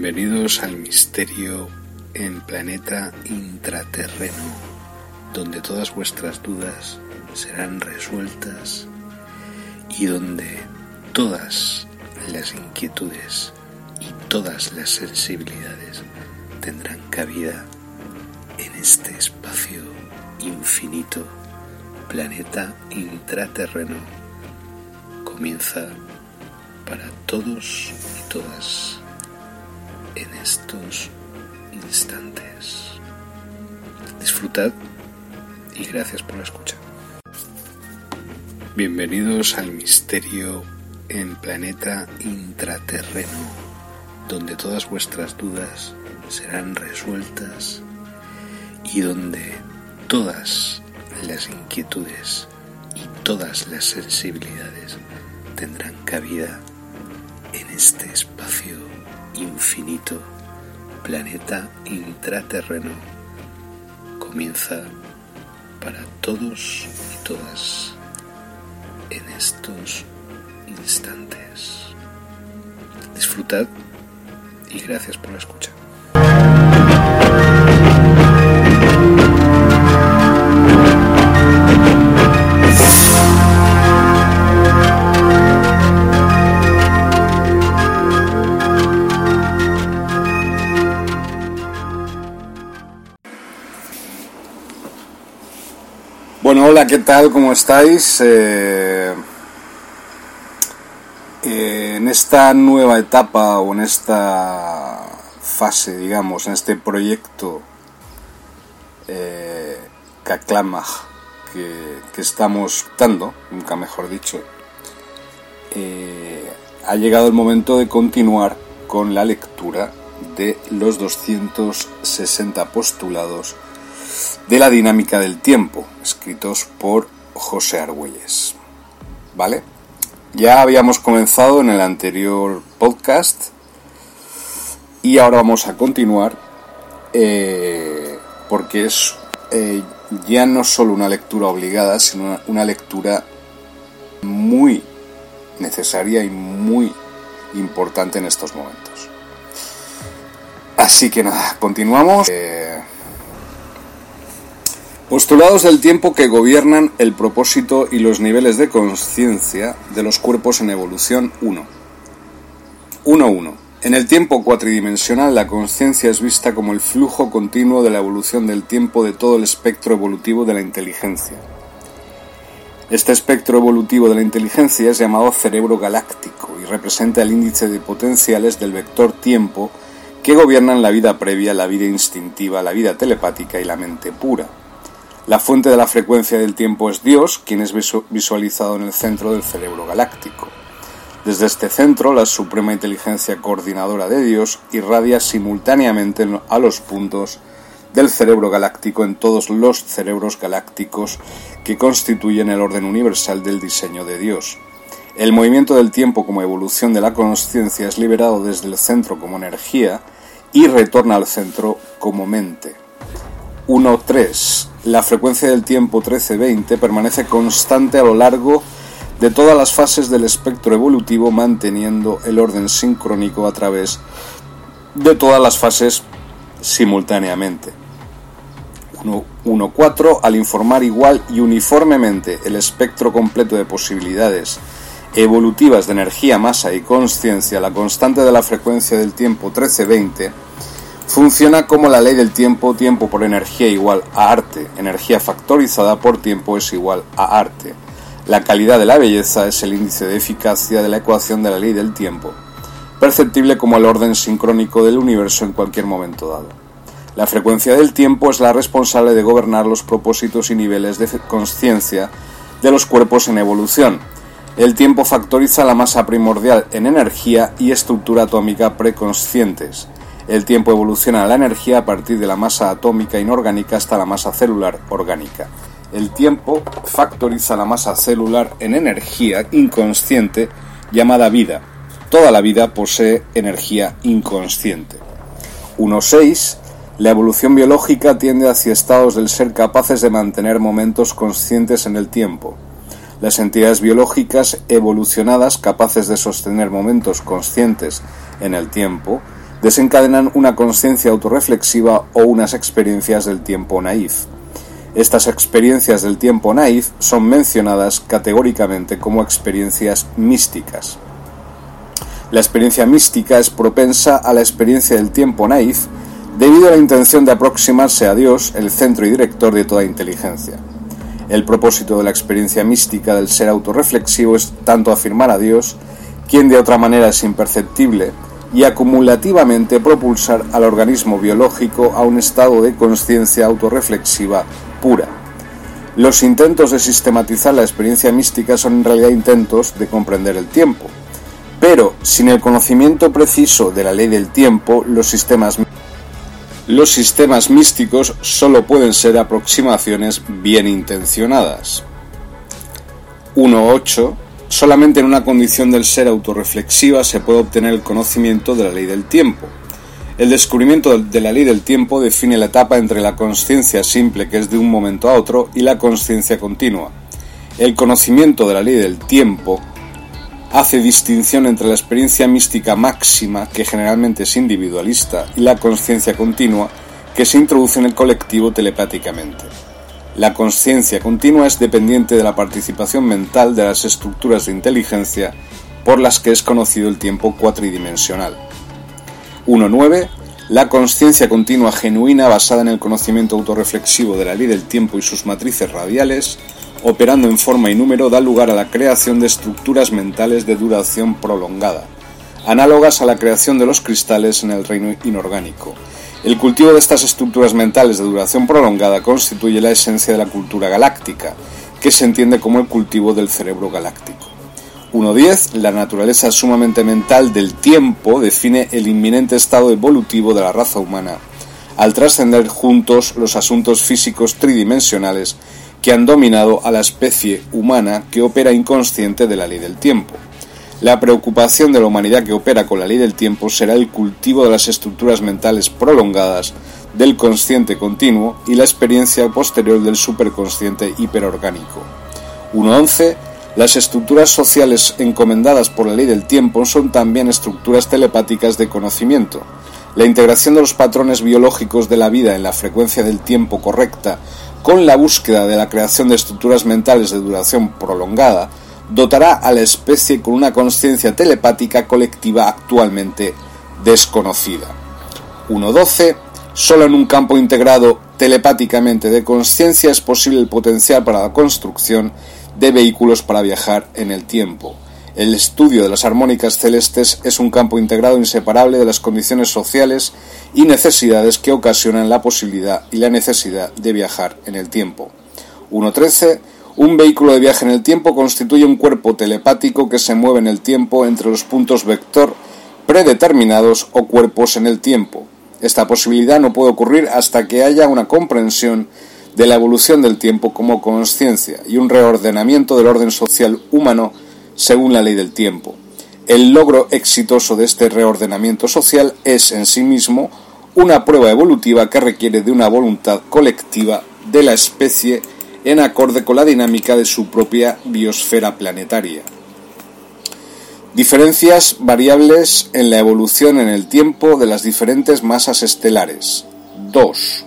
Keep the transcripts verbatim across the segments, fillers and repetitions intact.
Bienvenidos al misterio en planeta intraterreno, donde todas vuestras dudas serán resueltas y donde todas las inquietudes y todas las sensibilidades tendrán cabida en este espacio infinito, planeta intraterreno. Comienza para todos y todas en estos instantes. Disfrutad y gracias por la escucha. Bienvenidos al misterio en planeta intraterreno, donde todas vuestras dudas serán resueltas y donde todas las inquietudes y todas las sensibilidades tendrán cabida en este espacio infinito, planeta intraterreno. Comienza para todos y todas en estos instantes. Disfrutad y gracias por la escucha. Bueno, hola, ¿qué tal? ¿Cómo estáis? Eh, eh, en esta nueva etapa o en esta fase, digamos, en este proyecto eh, Kaklamaj que, que estamos dando, nunca mejor dicho, eh, ha llegado el momento de continuar con la lectura de los doscientos sesenta postulados de la dinámica del tiempo, escritos por José Argüelles. ¿Vale? Ya habíamos comenzado en el anterior podcast y ahora vamos a continuar eh, porque es eh, ya no solo una lectura obligada, sino una, una lectura muy necesaria y muy importante en estos momentos. Así que nada, continuamos. Eh, Postulados del tiempo que gobiernan el propósito y los niveles de conciencia de los cuerpos en evolución. uno. uno punto uno. En el tiempo cuatridimensional, la conciencia es vista como el flujo continuo de la evolución del tiempo de todo el espectro evolutivo de la inteligencia. Este espectro evolutivo de la inteligencia es llamado cerebro galáctico y representa el índice de potenciales del vector tiempo que gobiernan la vida previa, la vida instintiva, la vida telepática y la mente pura. La fuente de la frecuencia del tiempo es Dios, quien es visualizado en el centro del cerebro galáctico. Desde este centro, la suprema inteligencia coordinadora de Dios irradia simultáneamente a los puntos del cerebro galáctico en todos los cerebros galácticos que constituyen el orden universal del diseño de Dios. El movimiento del tiempo como evolución de la consciencia es liberado desde el centro como energía y retorna al centro como mente. uno punto tres. La frecuencia del tiempo trece veinte permanece constante a lo largo de todas las fases del espectro evolutivo, manteniendo el orden sincrónico a través de todas las fases simultáneamente. uno punto cuatro. Al informar igual y uniformemente el espectro completo de posibilidades evolutivas de energía, masa y consciencia, la constante de la frecuencia del tiempo trece veinte funciona como la ley del tiempo. Tiempo por energía igual a arte. Energía factorizada por tiempo es igual a arte. La calidad de la belleza es el índice de eficacia de la ecuación de la ley del tiempo, perceptible como el orden sincrónico del universo en cualquier momento dado. La frecuencia del tiempo es la responsable de gobernar los propósitos y niveles de conciencia de los cuerpos en evolución. El tiempo factoriza la masa primordial en energía y estructura atómica preconscientes. El tiempo evoluciona la energía a partir de la masa atómica inorgánica hasta la masa celular orgánica. El tiempo factoriza la masa celular en energía inconsciente llamada vida. Toda la vida posee energía inconsciente. uno punto seis. La evolución biológica tiende hacia estados del ser capaces de mantener momentos conscientes en el tiempo. Las entidades biológicas evolucionadas capaces de sostener momentos conscientes en el tiempo desencadenan una conciencia autorreflexiva o unas experiencias del tiempo naif. Estas experiencias del tiempo naif son mencionadas categóricamente como experiencias místicas. La experiencia mística es propensa a la experiencia del tiempo naif debido a la intención de aproximarse a Dios, el centro y director de toda inteligencia. El propósito de la experiencia mística del ser autorreflexivo es tanto afirmar a Dios, quien de otra manera es imperceptible, y acumulativamente propulsar al organismo biológico a un estado de conciencia autorreflexiva pura. Los intentos de sistematizar la experiencia mística son en realidad intentos de comprender el tiempo, pero sin el conocimiento preciso de la ley del tiempo, los sistemas Los sistemas místicos solo pueden ser aproximaciones bien intencionadas. uno punto ocho. Solamente en una condición del ser autorreflexiva se puede obtener el conocimiento de la ley del tiempo. El descubrimiento de la ley del tiempo define la etapa entre la consciencia simple, que es de un momento a otro, y la consciencia continua. El conocimiento de la ley del tiempo hace distinción entre la experiencia mística máxima, que generalmente es individualista, y la consciencia continua, que se introduce en el colectivo telepáticamente. La consciencia continua es dependiente de la participación mental de las estructuras de inteligencia por las que es conocido el tiempo cuatridimensional. uno punto nueve. La consciencia continua genuina basada en el conocimiento autorreflexivo de la ley del tiempo y sus matrices radiales, operando en forma y número, da lugar a la creación de estructuras mentales de duración prolongada, análogas a la creación de los cristales en el reino inorgánico. El cultivo de estas estructuras mentales de duración prolongada constituye la esencia de la cultura galáctica, que se entiende como el cultivo del cerebro galáctico. uno punto diez. La naturaleza sumamente mental del tiempo define el inminente estado evolutivo de la raza humana, al trascender juntos los asuntos físicos tridimensionales que han dominado a la especie humana que opera inconsciente de la ley del tiempo. La preocupación de la humanidad que opera con la ley del tiempo será el cultivo de las estructuras mentales prolongadas del consciente continuo y la experiencia posterior del superconsciente hiperorgánico. uno punto once. Las estructuras sociales encomendadas por la ley del tiempo son también estructuras telepáticas de conocimiento. La integración de los patrones biológicos de la vida en la frecuencia del tiempo correcta con la búsqueda de la creación de estructuras mentales de duración prolongada dotará a la especie con una conciencia telepática colectiva actualmente desconocida. uno punto doce. Solo en un campo integrado telepáticamente de conciencia es posible el potencial para la construcción de vehículos para viajar en el tiempo. El estudio de las armónicas celestes es un campo integrado inseparable de las condiciones sociales y necesidades que ocasionan la posibilidad y la necesidad de viajar en el tiempo. uno punto trece. Un vehículo de viaje en el tiempo constituye un cuerpo telepático que se mueve en el tiempo entre los puntos vector predeterminados o cuerpos en el tiempo. Esta posibilidad no puede ocurrir hasta que haya una comprensión de la evolución del tiempo como consciencia y un reordenamiento del orden social humano según la ley del tiempo. El logro exitoso de este reordenamiento social es en sí mismo una prueba evolutiva que requiere de una voluntad colectiva de la especie en acorde con la dinámica de su propia biosfera planetaria. Diferencias variables en la evolución en el tiempo de las diferentes masas estelares. dos.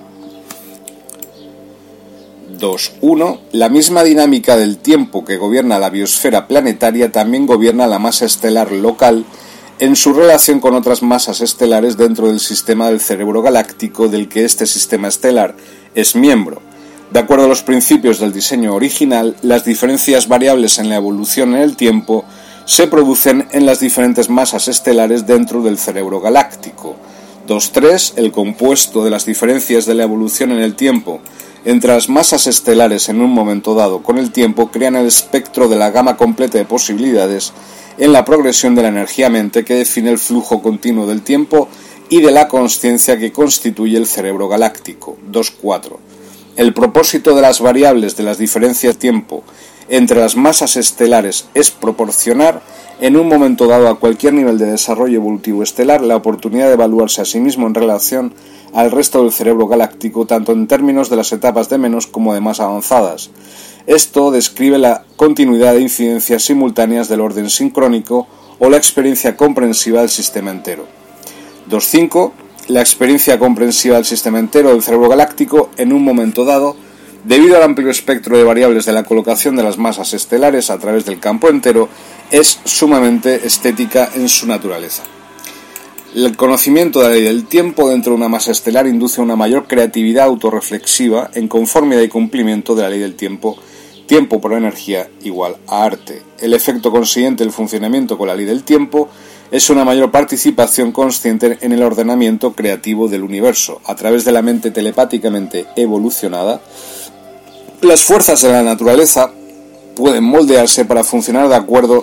dos punto uno. La misma dinámica del tiempo que gobierna la biosfera planetaria también gobierna la masa estelar local en su relación con otras masas estelares dentro del sistema del cerebro galáctico del que este sistema estelar es miembro. De acuerdo a los principios del diseño original, las diferencias variables en la evolución en el tiempo se producen en las diferentes masas estelares dentro del cerebro galáctico. dos punto tres. El compuesto de las diferencias de la evolución en el tiempo entre las masas estelares en un momento dado con el tiempo crean el espectro de la gama completa de posibilidades en la progresión de la energía-mente que define el flujo continuo del tiempo y de la consciencia que constituye el cerebro galáctico. dos punto cuatro. El propósito de las variables de las diferencias de tiempo entre las masas estelares es proporcionar en un momento dado a cualquier nivel de desarrollo evolutivo estelar la oportunidad de evaluarse a sí mismo en relación al resto del cerebro galáctico, tanto en términos de las etapas de menos como de más avanzadas. Esto describe la continuidad de incidencias simultáneas del orden sincrónico o la experiencia comprensiva del sistema entero. dos punto cinco. La experiencia comprensiva del sistema entero del cerebro galáctico en un momento dado, debido al amplio espectro de variables de la colocación de las masas estelares a través del campo entero, es sumamente estética en su naturaleza. El conocimiento de la ley del tiempo dentro de una masa estelar induce una mayor creatividad autorreflexiva en conformidad y cumplimiento de la ley del tiempo, tiempo por energía igual a arte. El efecto consiguiente del funcionamiento con la ley del tiempo es una mayor participación consciente en el ordenamiento creativo del universo. A través de la mente telepáticamente evolucionada, las fuerzas de la naturaleza pueden moldearse para funcionar de acuerdo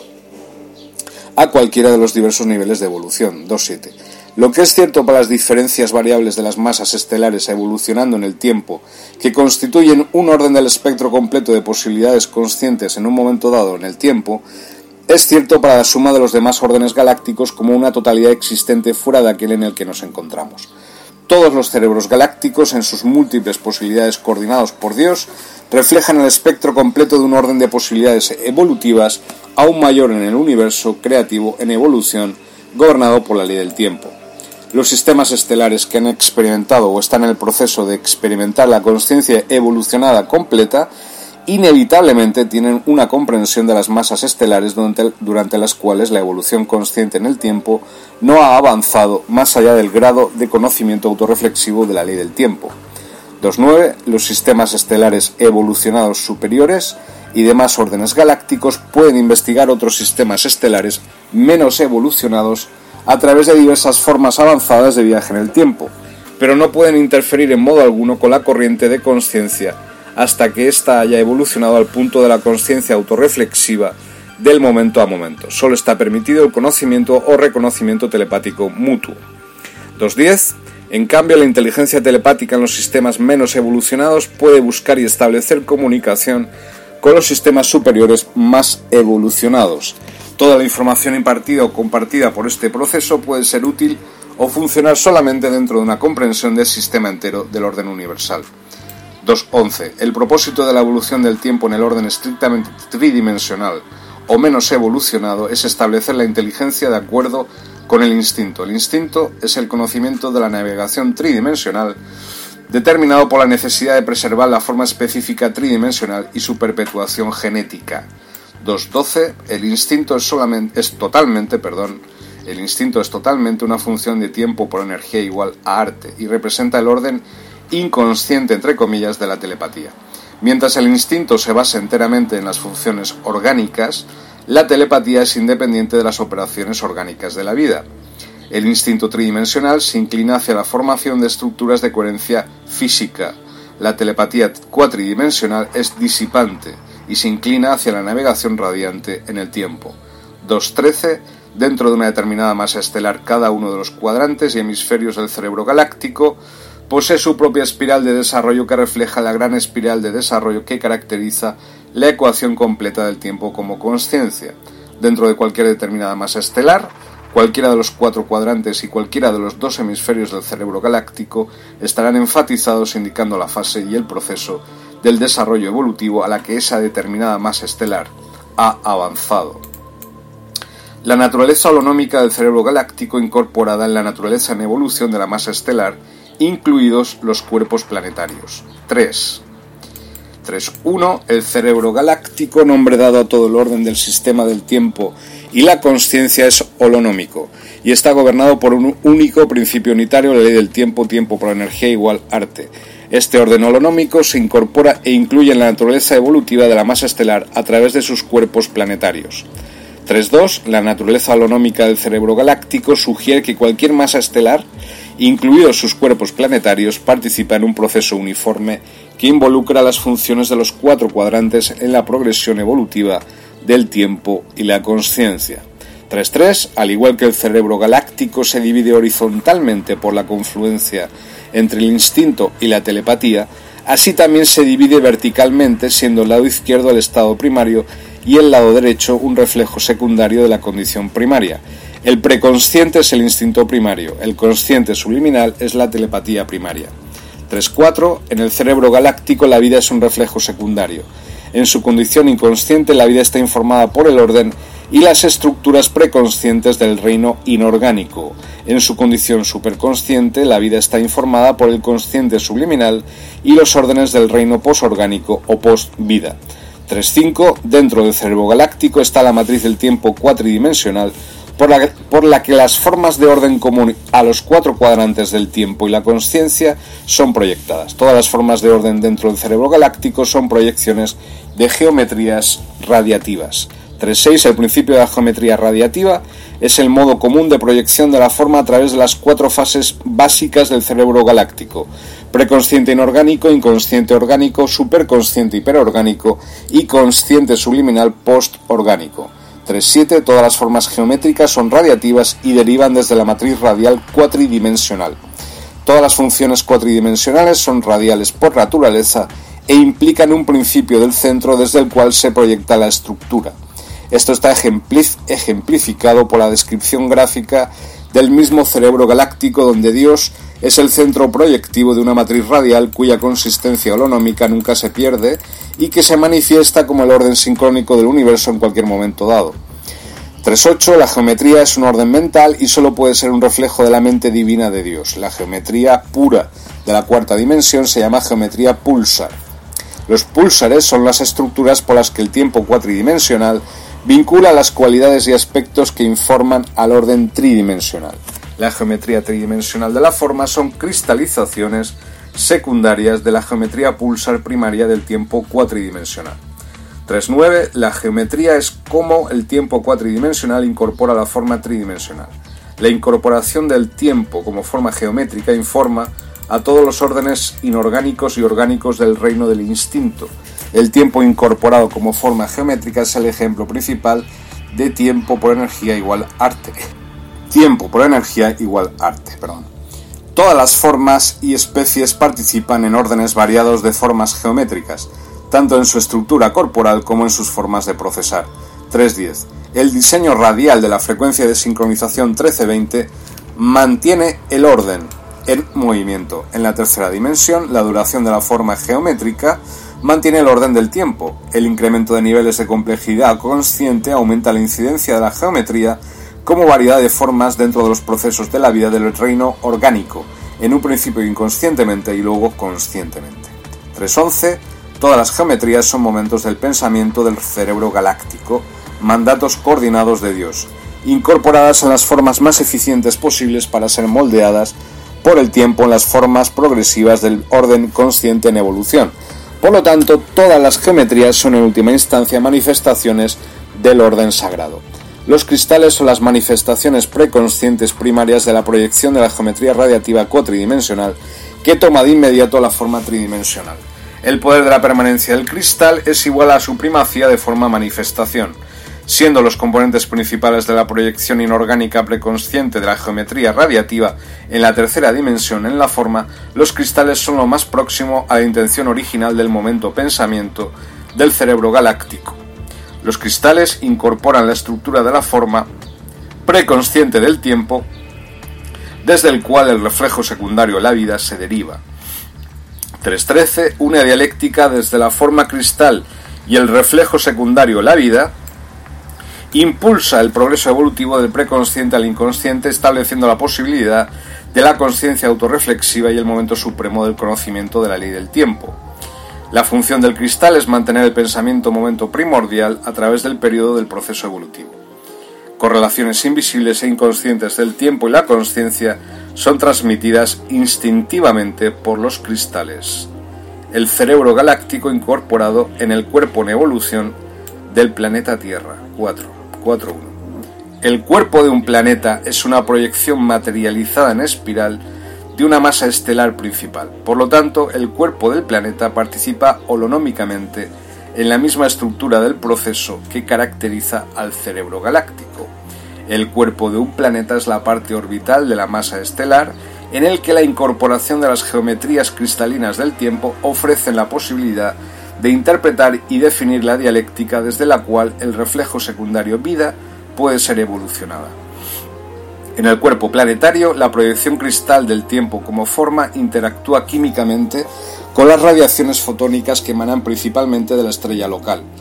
a cualquiera de los diversos niveles de evolución. dos punto siete. Lo que es cierto para las diferencias variables de las masas estelares evolucionando en el tiempo, que constituyen un orden del espectro completo de posibilidades conscientes en un momento dado en el tiempo, es cierto para la suma de los demás órdenes galácticos como una totalidad existente fuera de aquel en el que nos encontramos. Todos los cerebros galácticos, en sus múltiples posibilidades coordinados por Dios, reflejan el espectro completo de un orden de posibilidades evolutivas aún mayor en el universo creativo en evolución, gobernado por la ley del tiempo. Los sistemas estelares que han experimentado o están en el proceso de experimentar la consciencia evolucionada completa inevitablemente tienen una comprensión de las masas estelares durante, durante las cuales la evolución consciente en el tiempo no ha avanzado más allá del grado de conocimiento autorreflexivo de la ley del tiempo. dos punto nueve. Los sistemas estelares evolucionados superiores y demás órdenes galácticos pueden investigar otros sistemas estelares menos evolucionados a través de diversas formas avanzadas de viaje en el tiempo, pero no pueden interferir en modo alguno con la corriente de consciencia hasta que ésta haya evolucionado al punto de la consciencia autorreflexiva del momento a momento. Solo está permitido el conocimiento o reconocimiento telepático mutuo. dos punto diez. En cambio, la inteligencia telepática en los sistemas menos evolucionados puede buscar y establecer comunicación con los sistemas superiores más evolucionados. Toda la información impartida o compartida por este proceso puede ser útil o funcionar solamente dentro de una comprensión del sistema entero del orden universal. dos punto once. El propósito de la evolución del tiempo en el orden estrictamente tridimensional o menos evolucionado es establecer la inteligencia de acuerdo con el instinto. El instinto es el conocimiento de la navegación tridimensional determinado por la necesidad de preservar la forma específica tridimensional y su perpetuación genética. dos punto doce. El instinto es, solamente, es totalmente, perdón, el instinto es totalmente una función de tiempo por energía igual a arte y representa el orden inconsciente, entre comillas, de la telepatía. Mientras el instinto se basa enteramente en las funciones orgánicas, la telepatía es independiente de las operaciones orgánicas de la vida. El instinto tridimensional se inclina hacia la formación de estructuras de coherencia física. La telepatía cuatridimensional es disipante y se inclina hacia la navegación radiante en el tiempo. dos punto trece. Dentro de una determinada masa estelar, cada uno de los cuadrantes y hemisferios del cerebro galáctico posee su propia espiral de desarrollo que refleja la gran espiral de desarrollo que caracteriza la ecuación completa del tiempo como consciencia. Dentro de cualquier determinada masa estelar, cualquiera de los cuatro cuadrantes y cualquiera de los dos hemisferios del cerebro galáctico estarán enfatizados indicando la fase y el proceso del desarrollo evolutivo a la que esa determinada masa estelar ha avanzado. La naturaleza holonómica del cerebro galáctico incorporada en la naturaleza en evolución de la masa estelar, incluidos los cuerpos planetarios. tres. tres punto uno. El cerebro galáctico, nombre dado a todo el orden del sistema del tiempo y la consciencia, es holonómico y está gobernado por un único principio unitario, la ley del tiempo, tiempo por energía igual arte. Este orden holonómico se incorpora e incluye en la naturaleza evolutiva de la masa estelar a través de sus cuerpos planetarios. tres punto dos. La naturaleza holonómica del cerebro galáctico sugiere que cualquier masa estelar, incluidos sus cuerpos planetarios, participa en un proceso uniforme que involucra las funciones de los cuatro cuadrantes en la progresión evolutiva del tiempo y la consciencia. tres punto tres. Al igual que el cerebro galáctico se divide horizontalmente por la confluencia entre el instinto y la telepatía, así también se divide verticalmente, siendo el lado izquierdo el estado primario y el lado derecho un reflejo secundario de la condición primaria. El preconsciente es el instinto primario, el consciente subliminal es la telepatía primaria. tres punto cuatro. En el cerebro galáctico la vida es un reflejo secundario. En su condición inconsciente la vida está informada por el orden y las estructuras preconscientes del reino inorgánico. En su condición superconsciente, la vida está informada por el consciente subliminal y los órdenes del reino posorgánico o post-vida. tres cinco. Dentro del cerebro galáctico está la matriz del tiempo cuatridimensional, por la, por la que las formas de orden común a los cuatro cuadrantes del tiempo y la consciencia son proyectadas. Todas las formas de orden dentro del cerebro galáctico son proyecciones de geometrías radiativas. tres seis. El principio de la geometría radiativa es el modo común de proyección de la forma a través de las cuatro fases básicas del cerebro galáctico: preconsciente inorgánico, inconsciente orgánico, superconsciente hiperorgánico y consciente subliminal postorgánico. tres siete. Todas las formas geométricas son radiativas y derivan desde la matriz radial cuatridimensional. Todas las funciones cuatridimensionales son radiales por naturaleza e implican un principio del centro desde el cual se proyecta la estructura. Esto está ejemplificado por la descripción gráfica del mismo cerebro galáctico, donde Dios es el centro proyectivo de una matriz radial cuya consistencia holonómica nunca se pierde y que se manifiesta como el orden sincrónico del universo en cualquier momento dado. tres ocho. La geometría es un orden mental y solo puede ser un reflejo de la mente divina de Dios. La geometría pura de la cuarta dimensión se llama geometría pulsar. Los púlsares son las estructuras por las que el tiempo cuatridimensional vincula las cualidades y aspectos que informan al orden tridimensional. La geometría tridimensional de la forma son cristalizaciones secundarias de la geometría pulsar primaria del tiempo cuatridimensional. tres nueve. La geometría es cómo el tiempo cuatridimensional incorpora la forma tridimensional. La incorporación del tiempo como forma geométrica informa a todos los órdenes inorgánicos y orgánicos del reino del instinto. El tiempo incorporado como forma geométrica es el ejemplo principal de tiempo por energía igual arte. Tiempo por energía igual arte, perdón. Todas las formas y especies participan en órdenes variados de formas geométricas, tanto en su estructura corporal como en sus formas de procesar. tres diez. El diseño radial de la frecuencia de sincronización trece veinte mantiene el orden en movimiento. En la tercera dimensión, la duración de la forma geométrica mantiene el orden del tiempo. El incremento de niveles de complejidad consciente aumenta la incidencia de la geometría como variedad de formas dentro de los procesos de la vida del reino orgánico, en un principio inconscientemente y luego conscientemente. tres once. Todas las geometrías son momentos del pensamiento del cerebro galáctico, mandatos coordinados de Dios, incorporadas en las formas más eficientes posibles para ser moldeadas por el tiempo en las formas progresivas del orden consciente en evolución. Por lo tanto, todas las geometrías son en última instancia manifestaciones del orden sagrado. Los cristales son las manifestaciones preconscientes primarias de la proyección de la geometría radiativa cuatridimensional que toma de inmediato la forma tridimensional. El poder de la permanencia del cristal es igual a su primacía de forma manifestación. Siendo los componentes principales de la proyección inorgánica preconsciente de la geometría radiativa en la tercera dimensión en la forma, los cristales son lo más próximo a la intención original del momento pensamiento del cerebro galáctico. Los cristales incorporan la estructura de la forma preconsciente del tiempo, desde el cual el reflejo secundario la vida se deriva. tres trece. Una dialéctica desde la forma cristal y el reflejo secundario la vida impulsa el progreso evolutivo del preconsciente al inconsciente, estableciendo la posibilidad de la conciencia autorreflexiva y el momento supremo del conocimiento de la ley del tiempo. La función del cristal es mantener el pensamiento momento primordial a través del periodo del proceso evolutivo. Correlaciones invisibles e inconscientes del tiempo y la consciencia son transmitidas instintivamente por los cristales. El cerebro galáctico incorporado en el cuerpo en evolución del planeta Tierra. cuatro uno. El cuerpo de un planeta es una proyección materializada en espiral de una masa estelar principal. Por lo tanto, el cuerpo del planeta participa holonómicamente en la misma estructura del proceso que caracteriza al cerebro galáctico. El cuerpo de un planeta es la parte orbital de la masa estelar, en el que la incorporación de las geometrías cristalinas del tiempo ofrece la posibilidad de interpretar y definir la dialéctica desde la cual el reflejo secundario vida puede ser evolucionada. En el cuerpo planetario, la proyección cristal del tiempo como forma interactúa químicamente con las radiaciones fotónicas que emanan principalmente de la estrella local.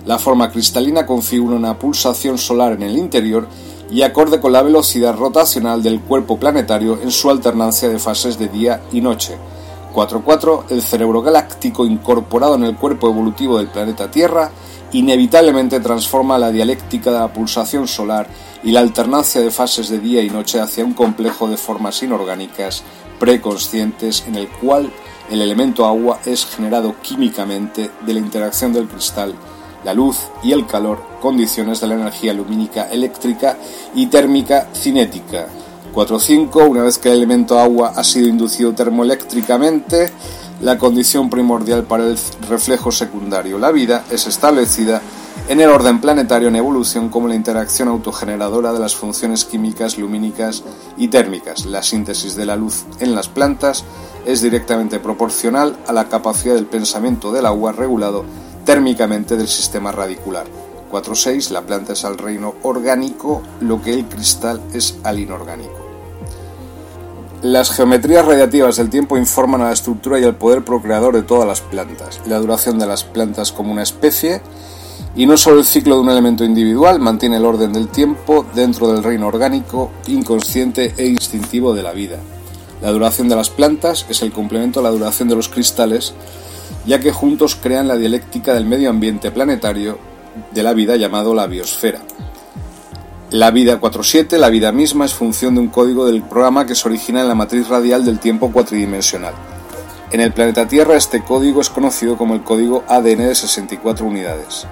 La forma cristalina configura una pulsación solar en el interior y acorde con la velocidad rotacional del cuerpo planetario en su alternancia de fases de día y noche. cuatro cuatro. El cerebro galáctico incorporado en el cuerpo evolutivo del planeta Tierra inevitablemente transforma la dialéctica de la pulsación solar y la alternancia de fases de día y noche hacia un complejo de formas inorgánicas preconscientes en el cual el elemento agua es generado químicamente de la interacción del cristal, la luz y el calor, condiciones de la energía lumínica, eléctrica y térmica cinética. cuatro cinco. Una vez que el elemento agua ha sido inducido termoeléctricamente, la condición primordial para el reflejo secundario, la vida, es establecida en el orden planetario en evolución como la interacción autogeneradora de las funciones químicas, lumínicas y térmicas. La síntesis de la luz en las plantas es directamente proporcional a la capacidad del pensamiento del agua regulado térmicamente del sistema radicular. cuatro seis. La planta es al reino orgánico, lo que el cristal es al inorgánico. Las geometrías radiativas del tiempo informan a la estructura y al poder procreador de todas las plantas, la duración de las plantas como una especie, y no solo el ciclo de un elemento individual mantiene el orden del tiempo dentro del reino orgánico, inconsciente e instintivo de la vida. La duración de las plantas es el complemento a la duración de los cristales, ya que juntos crean la dialéctica del medio ambiente planetario de la vida llamado la biosfera. La vida cuatro siete, la vida misma, es función de un código del programa que se origina en la matriz radial del tiempo cuatridimensional. En el planeta Tierra este código es conocido como el código A D N de sesenta y cuatro unidades.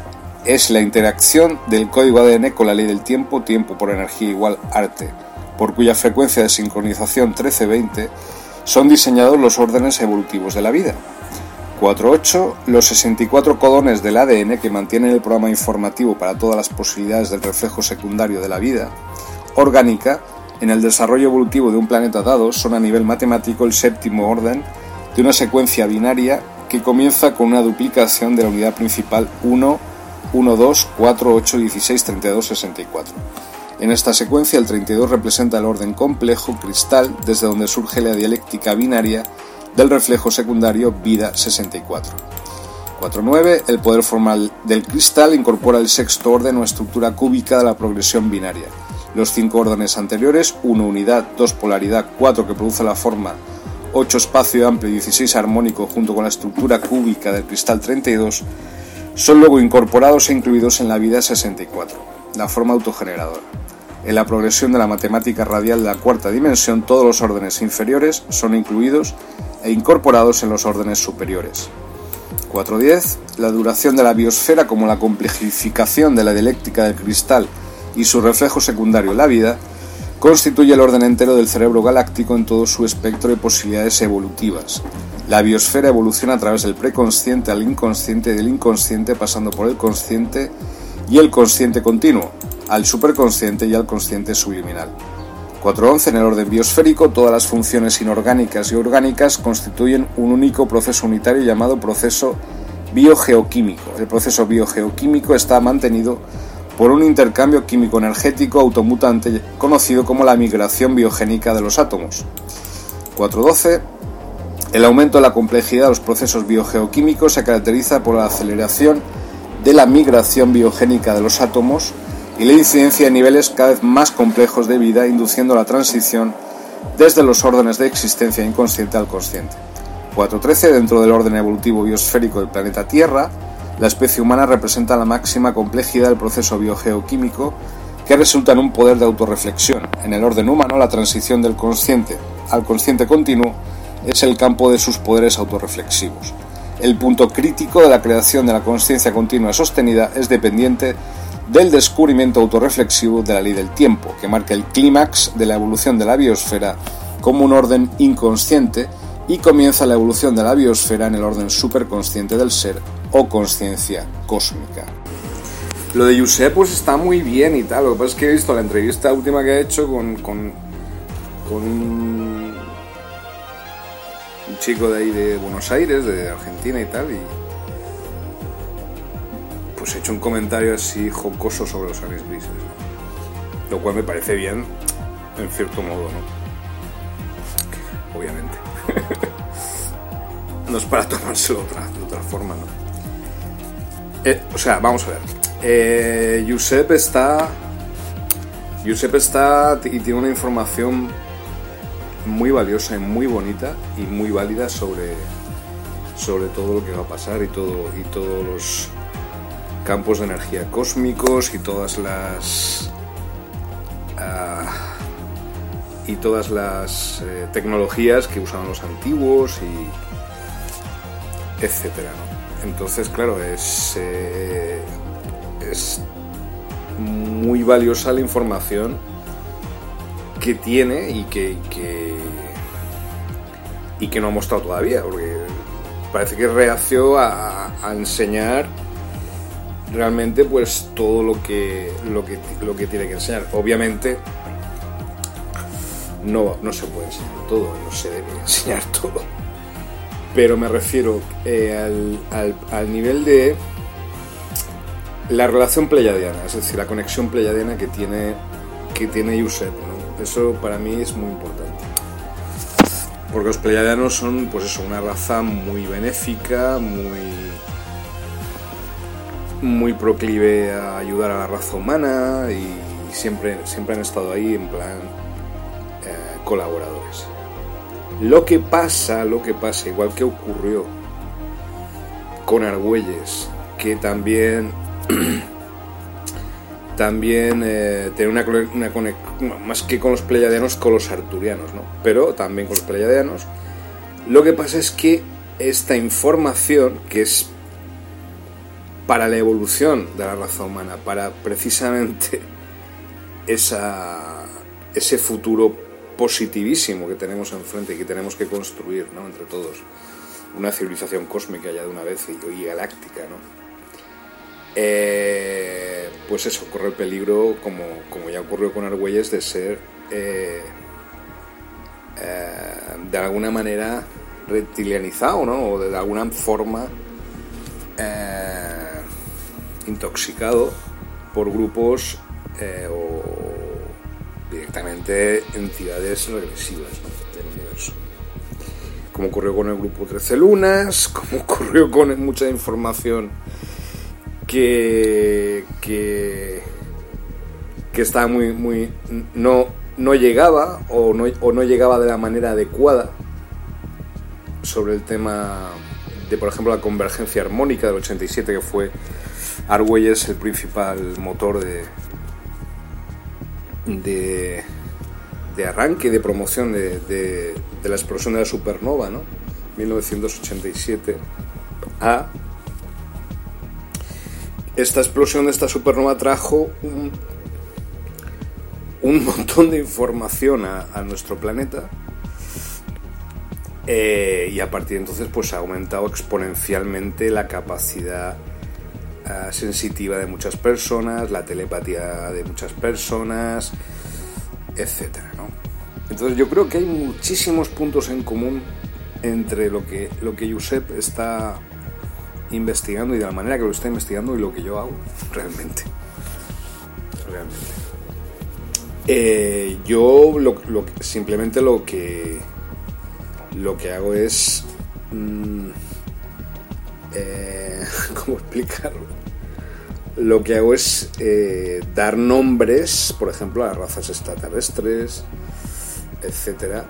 Es la interacción del código A D N con la ley del tiempo, tiempo por energía igual arte, por cuya frecuencia de sincronización trece veinte son diseñados los órdenes evolutivos de la vida. cuatro ocho. Los sesenta y cuatro codones del A D N que mantienen el programa informativo para todas las posibilidades del reflejo secundario de la vida orgánica en el desarrollo evolutivo de un planeta dado son a nivel matemático el séptimo orden de una secuencia binaria que comienza con una duplicación de la unidad principal uno, uno, dos, cuatro, ocho, dieciséis, treinta y dos, sesenta y cuatro. En esta secuencia el treinta y dos representa el orden complejo cristal desde donde surge la dialéctica binaria del reflejo secundario vida sesenta y cuatro. cuatro nueve. El poder formal del cristal incorpora el sexto orden o estructura cúbica de la progresión binaria. Los cinco órdenes anteriores, uno unidad, dos polaridad, cuatro que produce la forma, ocho espacio amplio y dieciséis armónico junto con la estructura cúbica del cristal treinta y dos, son luego incorporados e incluidos en la vida sesenta y cuatro, la forma autogeneradora. En la progresión de la matemática radial de la cuarta dimensión, todos los órdenes inferiores son incluidos e incorporados en los órdenes superiores. cuatro diez. La duración de la biosfera como la complejificación de la dialéctica del cristal y su reflejo secundario, la vida, constituye el orden entero del cerebro galáctico en todo su espectro de posibilidades evolutivas. La biosfera evoluciona a través del preconsciente al inconsciente y del inconsciente pasando por el consciente y el consciente continuo, al superconsciente y al consciente subliminal. cuatro once. En el orden biosférico, todas las funciones inorgánicas y orgánicas constituyen un único proceso unitario llamado proceso biogeoquímico. El proceso biogeoquímico está mantenido por un intercambio químico-energético automutante conocido como la migración biogénica de los átomos. cuatro doce. El aumento de la complejidad de los procesos biogeoquímicos se caracteriza por la aceleración de la migración biogénica de los átomos y la incidencia de niveles cada vez más complejos de vida, induciendo la transición desde los órdenes de existencia inconsciente al consciente. cuatro trece. Dentro del orden evolutivo biosférico del planeta Tierra, la especie humana representa la máxima complejidad del proceso biogeoquímico que resulta en un poder de autorreflexión. En el orden humano, la transición del consciente al consciente continuo es el campo de sus poderes autorreflexivos. El punto crítico de la creación de la consciencia continua sostenida es dependiente del descubrimiento autorreflexivo de la ley del tiempo, que marca el clímax de la evolución de la biosfera como un orden inconsciente y comienza la evolución de la biosfera en el orden superconsciente del ser o conciencia cósmica. Lo de Josep pues está muy bien y tal, lo que pasa es que he visto la entrevista última que ha hecho con, con, con un, un chico de ahí de Buenos Aires, de Argentina y tal, y pues he hecho un comentario así jocoso sobre los aliens grises, ¿no? Lo cual me parece bien en cierto modo, ¿no? Obviamente. No es para tomárselo de otra, de otra forma, ¿no? Eh, o sea, vamos a ver. Eh, Josep está... Josep está y tiene una información muy valiosa y muy bonita y muy válida sobre, sobre todo lo que va a pasar y, todo, y todos los campos de energía cósmicos y todas las... Uh, y todas las eh, tecnologías que usaban los antiguos y etcétera, ¿no? Entonces, claro, es eh, es muy valiosa la información que tiene y que, que y que no ha mostrado todavía, porque parece que reació a, a enseñar realmente pues todo lo que lo que lo que tiene que enseñar. Obviamente no, no se puede enseñar todo, no se debe enseñar todo, pero me refiero eh, al, al, al nivel de la relación pleyadiana, es decir, la conexión pleyadiana que tiene que tiene Josep, ¿no? Eso para mí es muy importante, porque los pleyadianos son, pues eso, una raza muy benéfica, muy muy proclive a ayudar a la raza humana y siempre siempre han estado ahí en plan eh, colaboradores. Lo que pasa, lo que pasa, igual que ocurrió con Argüelles, que también también eh, tiene una, una conexión, más que con los pleyadianos, con los arturianos, ¿no? Pero también con los pleyadianos. Lo que pasa es que esta información, que es para la evolución de la raza humana, para precisamente esa, ese futuro positivísimo que tenemos enfrente y que tenemos que construir, ¿no? Entre todos, una civilización cósmica ya de una vez y, y galáctica, ¿no? Eh, pues eso, corre el peligro, como, como ya ocurrió con Argüelles, de ser eh, eh, de alguna manera reptilianizado, ¿no? O de, de alguna forma eh, intoxicado por grupos eh, o directamente entidades regresivas, ¿no? Del universo, como ocurrió con el grupo trece lunas, como ocurrió con mucha información que que, que estaba muy muy no no llegaba o no o no llegaba de la manera adecuada sobre el tema de, por ejemplo, la convergencia armónica del ochenta y siete, que fue Argüelles el principal motor de de, de arranque, de promoción de, de, de la explosión de la supernova, ¿no? mil novecientos ochenta y siete. A esta explosión de esta supernova trajo un, un montón de información a, a nuestro planeta, eh, y a partir de entonces pues ha aumentado exponencialmente la capacidad uh, sensitiva de muchas personas, la telepatía de muchas personas, etcétera, ¿no? Entonces yo creo que hay muchísimos puntos en común entre lo que, lo que Josep está investigando y de la manera que lo está investigando y lo que yo hago realmente realmente eh, yo lo, lo, simplemente lo que lo que hago es mmm, eh, ¿cómo explicarlo? Lo que hago es eh, dar nombres, por ejemplo, a las razas extraterrestres, etcétera,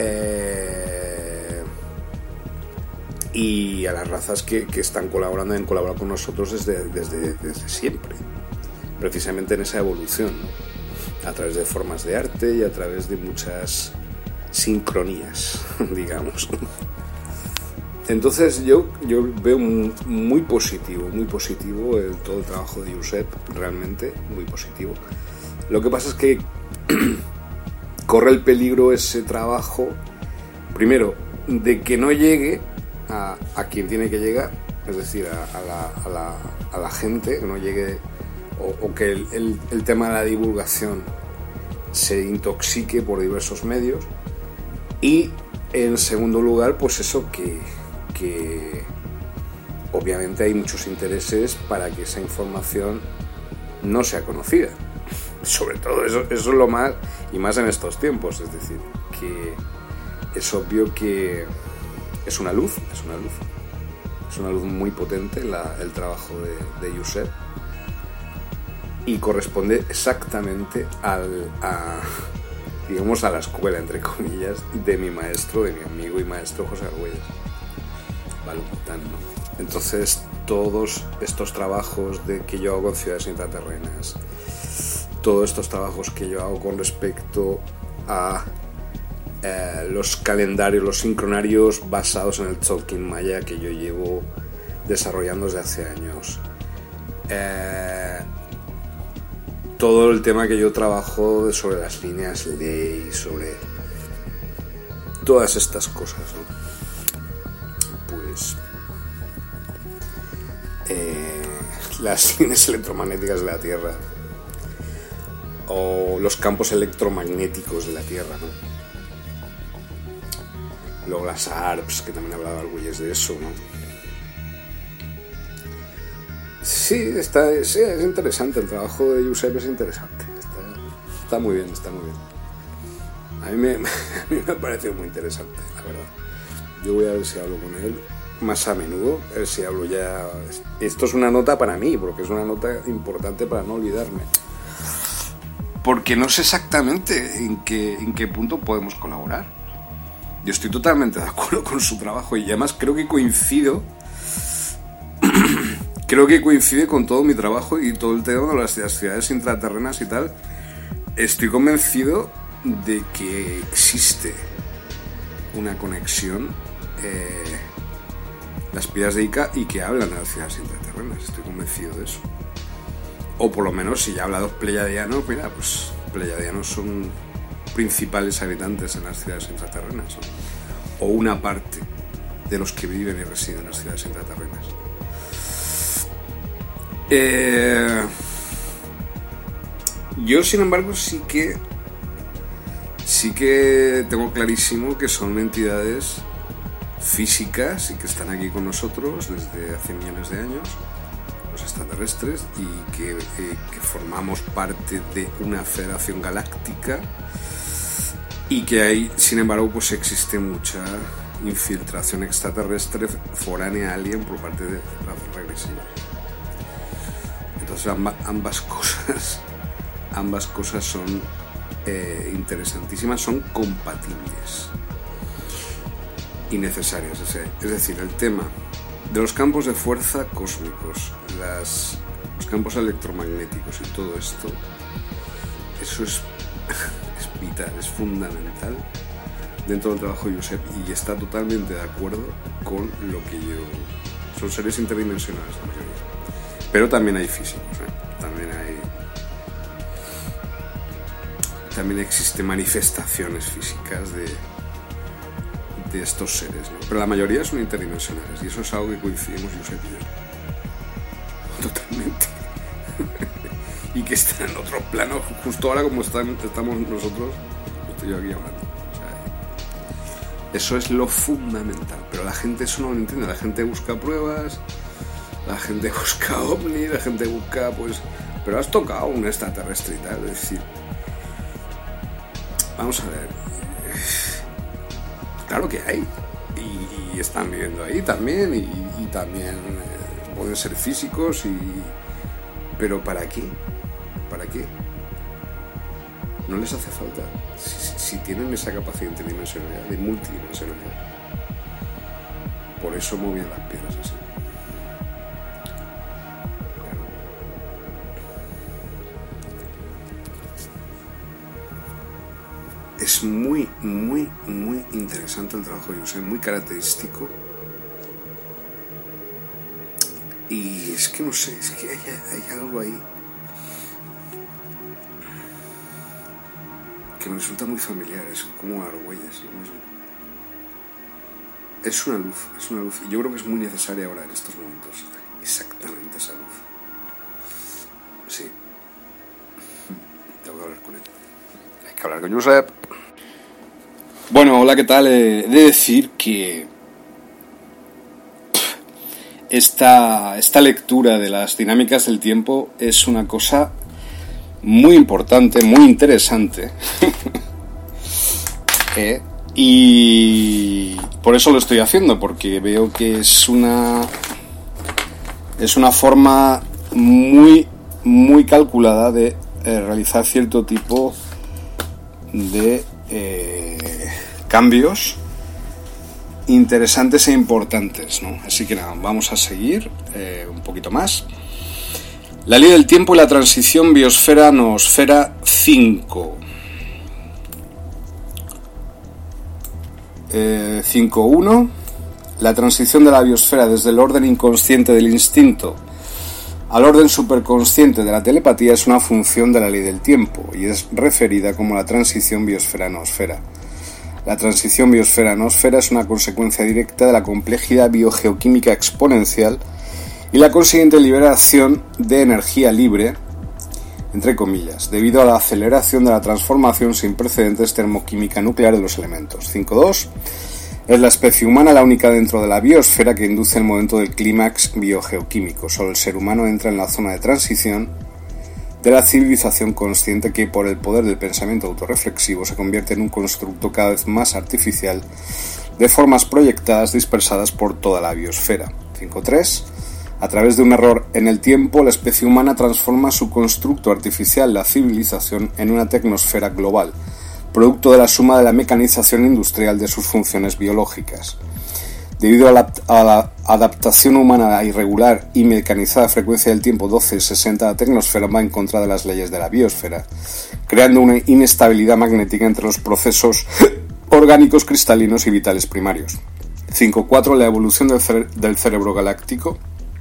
eh, y a las razas que, que están colaborando, han colaborado con nosotros desde, desde, desde siempre, precisamente en esa evolución, ¿no? A través de formas de arte y a través de muchas sincronías, digamos. Entonces yo, yo veo muy, muy positivo, muy positivo el, todo el trabajo de Josep, realmente muy positivo. Lo que pasa es que corre el peligro ese trabajo, primero, de que no llegue a, a quien tiene que llegar, es decir, a, a, la, a, la, a la gente, que no llegue, o, o que el, el, el tema de la divulgación se intoxique por diversos medios, y en segundo lugar, pues eso, que, que obviamente hay muchos intereses para que esa información no sea conocida. Sobre todo eso, eso es lo más, y más en estos tiempos, es decir, que es obvio que es una luz, es una luz. Es una luz muy potente la, el trabajo de, de Josep. Y corresponde exactamente al, a, digamos, a la escuela, entre comillas, de mi maestro, de mi amigo y maestro José Argüelles. Balután, ¿no? Entonces, todos estos trabajos de, que yo hago con ciudades intraterrenas, todos estos trabajos que yo hago con respecto a eh, los calendarios, los sincronarios basados en el Tzolk'in Maya que yo llevo desarrollando desde hace años, eh, todo el tema que yo trabajo sobre las líneas ley, sobre todas estas cosas, ¿no? Pues eh, las líneas electromagnéticas de la Tierra o los campos electromagnéticos de la Tierra, ¿no? Luego las A R P S, que también hablaba Argüelles de eso, ¿no? Sí, está, sí, es interesante, el trabajo de Josep es interesante, está, está muy bien, está muy bien. A mí, me, a mí me ha parecido muy interesante, la verdad. Yo voy a ver si hablo con él más a menudo, a ver si hablo ya... Esto es una nota para mí, porque es una nota importante para no olvidarme. Porque no sé exactamente en qué, en qué punto podemos colaborar. Yo estoy totalmente de acuerdo con su trabajo y además creo que coincido... Creo que coincide con todo mi trabajo y todo el tema de las ciudades intraterrenas y tal. Estoy convencido de que existe una conexión, eh, las piedras de Ica, y que hablan de las ciudades intraterrenas. Estoy convencido de eso. O por lo menos, si ya habla de los pleyadianos, mira, pues pleyadianos son principales habitantes en las ciudades intraterrenas, ¿no? O una parte de los que viven y residen en las ciudades intraterrenas. Eh, yo, sin embargo, sí que sí que tengo clarísimo que son entidades físicas y que están aquí con nosotros desde hace millones de años, los extraterrestres, y que, eh, que formamos parte de una federación galáctica y que hay, sin embargo, pues existe mucha infiltración extraterrestre foránea alien por parte de razas regresivas. Entonces ambas, ambas cosas ambas cosas son eh, interesantísimas, son compatibles y necesarias. Es decir, el tema de los campos de fuerza cósmicos, las, los campos electromagnéticos y todo esto, eso es, es vital, es fundamental dentro del trabajo de Josep, y está totalmente de acuerdo con lo que yo... Son seres interdimensionales la mayoría. Pero también hay físicos, ¿eh? También hay... También existen manifestaciones físicas de, de estos seres, ¿no? Pero la mayoría son interdimensionales, y eso es algo que coincidimos Josep y yo. Totalmente. Y que están en otro plano, justo ahora como están, estamos nosotros, estoy yo aquí hablando. O sea, eso es lo fundamental. Pero la gente eso no lo entiende, la gente busca pruebas... La gente busca ovni, la gente busca, pues... Pero has tocado un extraterrestre y tal, es decir... Vamos a ver... Claro que hay. Y, y están viviendo ahí también, y, y también eh, pueden ser físicos, y... Pero ¿para qué? ¿Para qué? No les hace falta. Si, si tienen esa capacidad de interdimensionalidad, de multidimensionalidad. Por eso movían las piedras así. Es muy, muy, muy interesante el trabajo de Josep, muy característico. Y es que no sé, es que hay, hay algo ahí que me resulta muy familiar, es como Argüelles, lo mismo. Es una luz, es una luz, y yo creo que es muy necesaria ahora en estos momentos, exactamente esa luz. Sí, tengo que hablar con él. Hay que hablar con Josep. Bueno, hola, ¿qué tal? Eh, he de decir que esta, esta lectura de las dinámicas del tiempo es una cosa muy importante, muy interesante. eh, Y por eso lo estoy haciendo, porque veo que es una es una forma muy muy calculada de eh, realizar cierto tipo de eh, cambios interesantes e importantes, ¿no? Así que nada, vamos a seguir eh, un poquito más. La ley del tiempo y la transición biosfera-noosfera cinco. Eh, cinco punto uno. La transición de la biosfera desde el orden inconsciente del instinto al orden superconsciente de la telepatía es una función de la ley del tiempo y es referida como la transición biosfera-noosfera. La transición biosfera-noosfera es una consecuencia directa de la complejidad biogeoquímica exponencial y la consiguiente liberación de energía libre, entre comillas, debido a la aceleración de la transformación sin precedentes termoquímica nuclear de los elementos. cinco punto dos. Es la especie humana la única dentro de la biosfera que induce el momento del clímax biogeoquímico. Solo el ser humano entra en la zona de transición de la civilización consciente que, por el poder del pensamiento autorreflexivo, se convierte en un constructo cada vez más artificial de formas proyectadas dispersadas por toda la biosfera. cinco punto tres. A través de un error en el tiempo, la especie humana transforma su constructo artificial, la civilización, en una tecnosfera global, producto de la suma de la mecanización industrial de sus funciones biológicas. Debido a la, a la adaptación humana a irregular y mecanizada frecuencia del tiempo doce sesenta, la tecnosfera va en contra de las leyes de la biosfera, creando una inestabilidad magnética entre los procesos orgánicos cristalinos y vitales primarios. cinco punto cuatro. La evolución del, cere- del cerebro galáctico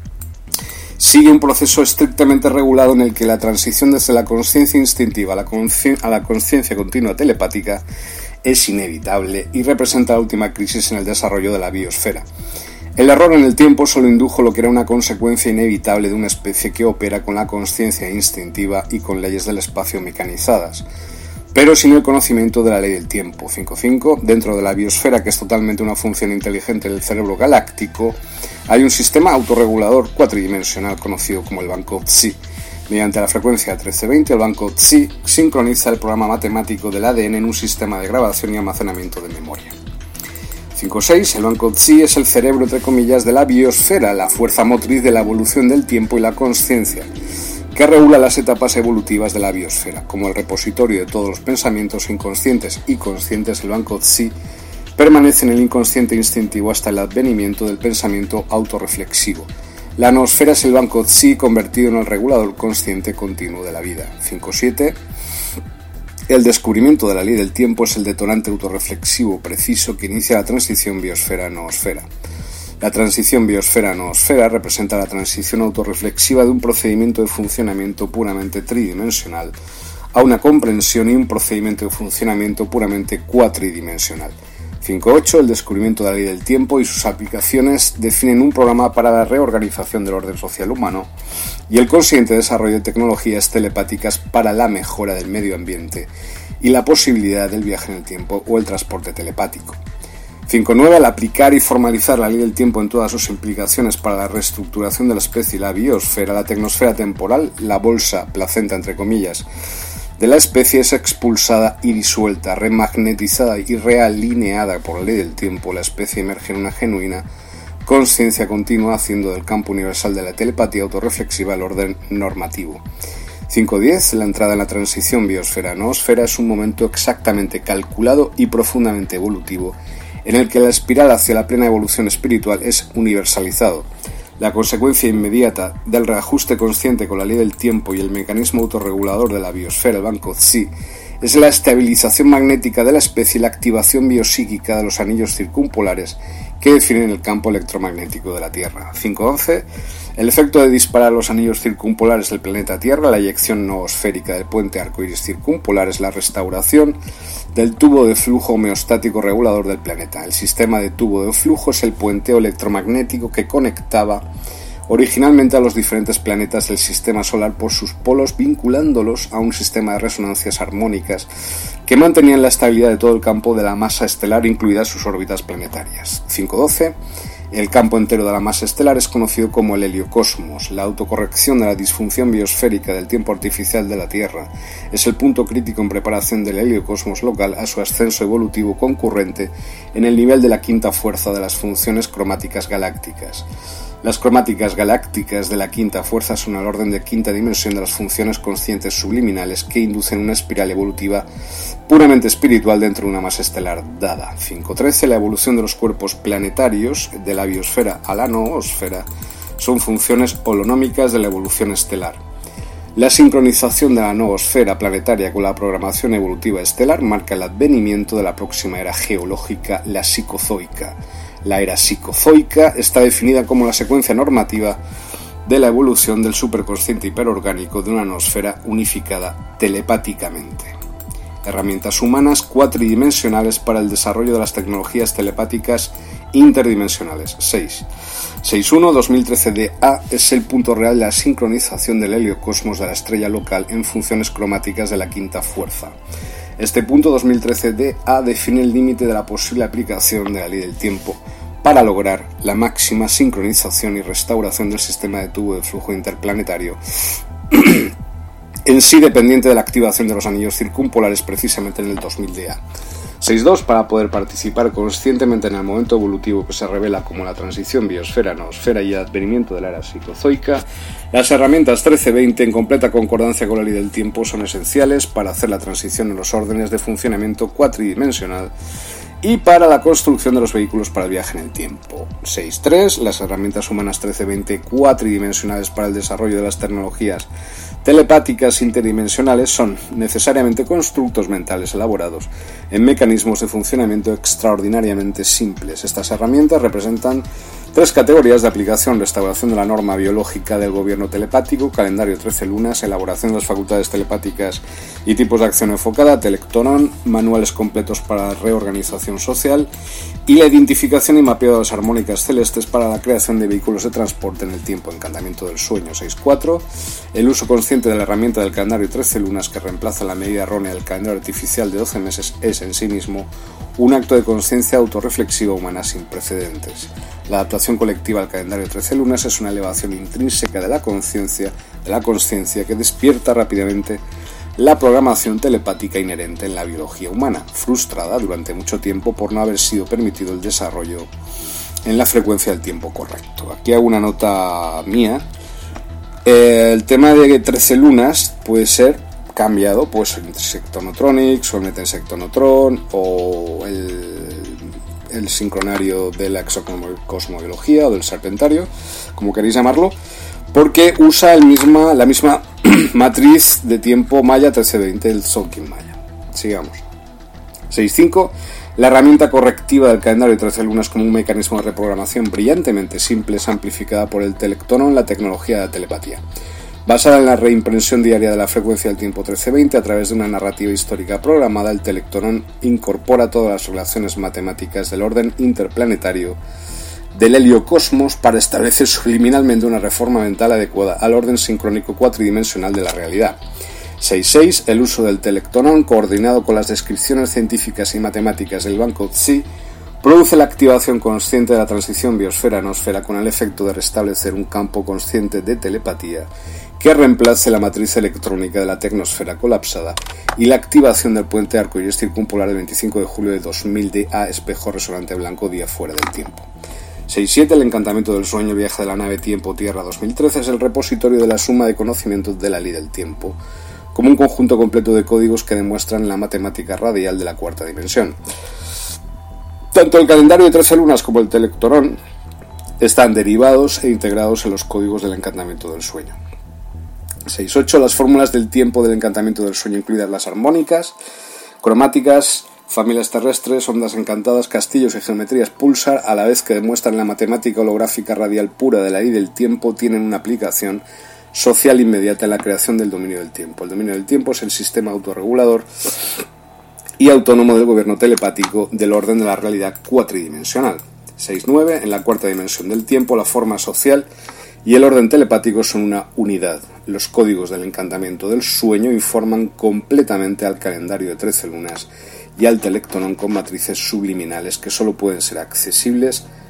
sigue un proceso estrictamente regulado en el que la transición desde la conciencia instintiva a la, consci- a la conciencia continua telepática es inevitable y representa la última crisis en el desarrollo de la biosfera. El error en el tiempo solo indujo lo que era una consecuencia inevitable de una especie que opera con la conciencia instintiva y con leyes del espacio mecanizadas, pero sin el conocimiento de la ley del tiempo. cinco punto cinco. Dentro de la biosfera, que es totalmente una función inteligente del cerebro galáctico, hay un sistema autorregulador cuatridimensional conocido como el banco Tsi. Mediante la frecuencia trece veinte, el banco Tsi sincroniza el programa matemático del A D N en un sistema de grabación y almacenamiento de memoria. cinco punto seis. El banco Tsi es el cerebro, entre comillas, de la biosfera, la fuerza motriz de la evolución del tiempo y la consciencia, que regula las etapas evolutivas de la biosfera. Como el repositorio de todos los pensamientos inconscientes y conscientes, el banco Tsi permanece en el inconsciente instintivo hasta el advenimiento del pensamiento autorreflexivo. La noosfera es el banco Tsi convertido en el regulador consciente continuo de la vida. cinco punto siete. El descubrimiento de la ley del tiempo es el detonante autorreflexivo preciso que inicia la transición biosfera-noosfera. La transición biosfera-noosfera representa la transición autorreflexiva de un procedimiento de funcionamiento puramente tridimensional a una comprensión y un procedimiento de funcionamiento puramente cuatridimensional. cinco punto ocho. El descubrimiento de la ley del tiempo y sus aplicaciones definen un programa para la reorganización del orden social humano y el consiguiente desarrollo de tecnologías telepáticas para la mejora del medio ambiente y la posibilidad del viaje en el tiempo o el transporte telepático. cinco punto nueve. Al aplicar y formalizar la ley del tiempo en todas sus implicaciones para la reestructuración de la especie y la biosfera, la tecnosfera temporal, la bolsa placenta entre comillas, de la especie es expulsada y disuelta, remagnetizada y realineada por la ley del tiempo. La especie emerge en una genuina conciencia continua, haciendo del campo universal de la telepatía autorreflexiva el orden normativo. cinco punto diez. La entrada en la transición biosfera-noosfera es un momento exactamente calculado y profundamente evolutivo, en el que la espiral hacia la plena evolución espiritual es universalizado. La consecuencia inmediata del reajuste consciente con la ley del tiempo y el mecanismo autorregulador de la biosfera, el banco Tsi, es la estabilización magnética de la especie y la activación biopsíquica de los anillos circumpolares que definen el campo electromagnético de la Tierra. cinco punto once. El efecto de disparar los anillos circumpolares del planeta Tierra, la eyección noosférica del puente arcoíris circumpolar, es la restauración del tubo de flujo homeostático regulador del planeta. El sistema de tubo de flujo es el puente electromagnético que conectaba originalmente a los diferentes planetas del sistema solar por sus polos, vinculándolos a un sistema de resonancias armónicas que mantenían la estabilidad de todo el campo de la masa estelar, incluidas sus órbitas planetarias. cinco punto doce. El campo entero de la masa estelar es conocido como el heliocosmos. La autocorrección de la disfunción biosférica del tiempo artificial de la Tierra es el punto crítico en preparación del heliocosmos local a su ascenso evolutivo concurrente en el nivel de la quinta fuerza de las funciones cromáticas galácticas. Las cromáticas galácticas de la quinta fuerza son al orden de quinta dimensión de las funciones conscientes subliminales que inducen una espiral evolutiva puramente espiritual dentro de una masa estelar dada. cinco trece. La evolución de los cuerpos planetarios de la biosfera a la noosfera son funciones holonómicas de la evolución estelar. La sincronización de la noosfera planetaria con la programación evolutiva estelar marca el advenimiento de la próxima era geológica, la psicozoica. La era psicozoica está definida como la secuencia normativa de la evolución del superconsciente hiperorgánico de una noosfera unificada telepáticamente. Herramientas humanas cuatridimensionales para el desarrollo de las tecnologías telepáticas interdimensionales. seis. seis uno dos mil trece D A es el punto real de la sincronización del heliocosmos de la estrella local en funciones cromáticas de la quinta fuerza. Este punto dos mil trece D A define el límite de la posible aplicación de la ley del tiempo para lograr la máxima sincronización y restauración del sistema de tubo de flujo interplanetario, en sí dependiente de la activación de los anillos circumpolares precisamente en el dos mil D A. seis dos. Para poder participar conscientemente en el momento evolutivo que se revela como la transición biosfera-noosfera y el advenimiento de la era psicozoica, las herramientas trece veinte en completa concordancia con la ley del tiempo son esenciales para hacer la transición en los órdenes de funcionamiento cuatridimensional y para la construcción de los vehículos para el viaje en el tiempo. seis tres. Las herramientas humanas trece veinte cuatridimensionales para el desarrollo de las tecnologías telepáticas interdimensionales son necesariamente constructos mentales elaborados en mecanismos de funcionamiento extraordinariamente simples. Estas herramientas representan tres categorías de aplicación: restauración de la norma biológica del gobierno telepático, calendario trece lunas, elaboración de las facultades telepáticas y tipos de acción enfocada, telectonón, manuales completos para la reorganización social y la identificación y mapeado de las armónicas celestes para la creación de vehículos de transporte en el tiempo, encantamiento del sueño. seis cuatro. El uso consciente de la herramienta del calendario trece lunas que reemplaza la medida errónea del calendario artificial de doce meses es en sí mismo un acto de conciencia autorreflexiva humana sin precedentes. La adaptación colectiva al calendario trece lunas es una elevación intrínseca de la conciencia, de la consciencia que despierta rápidamente la programación telepática inherente en la biología humana, frustrada durante mucho tiempo por no haber sido permitido el desarrollo en la frecuencia del tiempo correcto. Aquí hago una nota mía. El tema de trece lunas puede ser cambiado, pues en Sectonotronics o el Metensectonotron o el, el sincronario de la exocosmobiología o del serpentario, como queréis llamarlo, porque usa el misma, la misma matriz de tiempo maya trece veinte, el Tzolk'in maya. Sigamos. seis cinco. La herramienta correctiva del calendario de trece lunas como un mecanismo de reprogramación brillantemente simple es amplificada por el telectonón, la tecnología de la telepatía. Basada en la reimpresión diaria de la frecuencia del tiempo trece veinte a través de una narrativa histórica programada, el telectonón incorpora todas las relaciones matemáticas del orden interplanetario del heliocosmos para establecer subliminalmente una reforma mental adecuada al orden sincrónico cuatridimensional de la realidad. seis seis. El uso del telectonón, coordinado con las descripciones científicas y matemáticas del banco Tsi, produce la activación consciente de la transición biosfera-nosfera con el efecto de restablecer un campo consciente de telepatía que reemplace la matriz electrónica de la tecnosfera colapsada y la activación del puente arcoíris circumpolar del veinticinco de julio de dos mil D A, espejo resonante blanco, día fuera del tiempo. seis siete. El encantamiento del sueño, viaje de la nave Tiempo-Tierra dos mil trece es el repositorio de la suma de conocimientos de la ley del tiempo, como un conjunto completo de códigos que demuestran la matemática radial de la cuarta dimensión. Tanto el calendario de trece lunas como el telectorón están derivados e integrados en los códigos del encantamiento del sueño. seis ocho. Las fórmulas del tiempo del encantamiento del sueño, incluidas las armónicas, cromáticas, familias terrestres, ondas encantadas, castillos y geometrías pulsar, a la vez que demuestran la matemática holográfica radial pura de la ley del tiempo, tienen una aplicación social inmediata en la creación del dominio del tiempo. El dominio del tiempo es el sistema autorregulador y autónomo del gobierno telepático del orden de la realidad cuatridimensional. seis nueve. En la cuarta dimensión del tiempo, la forma social y el orden telepático son una unidad. Los códigos del encantamiento del sueño informan completamente al calendario de trece lunas y al telectonón con matrices subliminales que solo pueden ser accesibles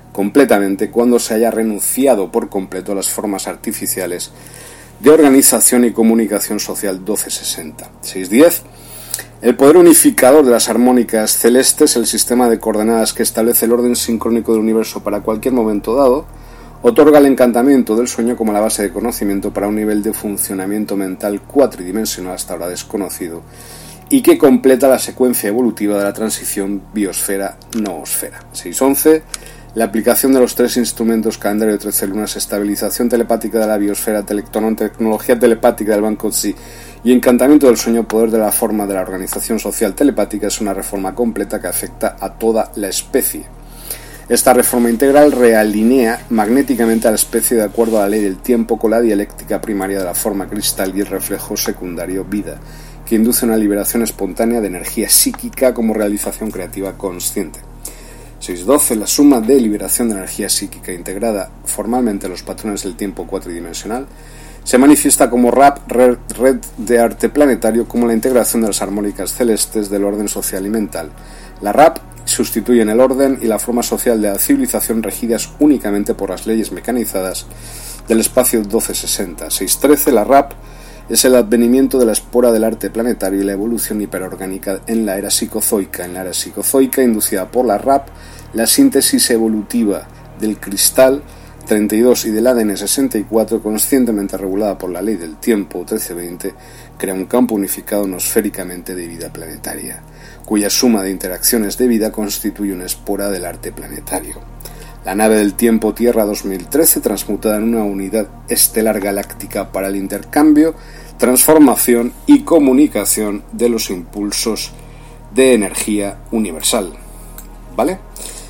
completamente cuando se haya renunciado por completo a las formas artificiales de organización y comunicación social. Doce sesenta. seis diez. El poder unificador de las armónicas celestes, el sistema de coordenadas que establece el orden sincrónico del universo para cualquier momento dado, otorga el encantamiento del sueño como la base de conocimiento para un nivel de funcionamiento mental cuatridimensional hasta ahora desconocido y que completa la secuencia evolutiva de la transición biosfera-noosfera. seis once. La aplicación de los tres instrumentos calendario de trece lunas, estabilización telepática de la biosfera, telectonón, tecnología telepática del Banco Tzi y encantamiento del sueño, poder de la forma de la organización social telepática, es una reforma completa que afecta a toda la especie. Esta reforma integral realinea magnéticamente a la especie de acuerdo a la ley del tiempo con la dialéctica primaria de la forma cristal y el reflejo secundario vida, que induce una liberación espontánea de energía psíquica como realización creativa consciente. seis doce. La suma de liberación de energía psíquica integrada formalmente en los patrones del tiempo cuatridimensional se manifiesta como R A P, red, red de arte planetario, como la integración de las armónicas celestes del orden social y mental. La R A P sustituyen el orden y la forma social de la civilización regidas únicamente por las leyes mecanizadas del espacio. Doce sesenta. seis trece. La R A P es el advenimiento de la espora del arte planetario y la evolución hiperorgánica en la era psicozoica. En la era psicozoica, inducida por la R A P, la síntesis evolutiva del cristal treinta y dos y del A D N sesenta y cuatro, conscientemente regulada por la ley del tiempo trece veinte, crea un campo unificado nosféricamente de vida planetaria, cuya suma de interacciones de vida constituye una espora del arte planetario. La nave del tiempo Tierra dos mil trece, transmutada en una unidad estelar galáctica para el intercambio, transformación y comunicación de los impulsos de energía universal. ¿Vale?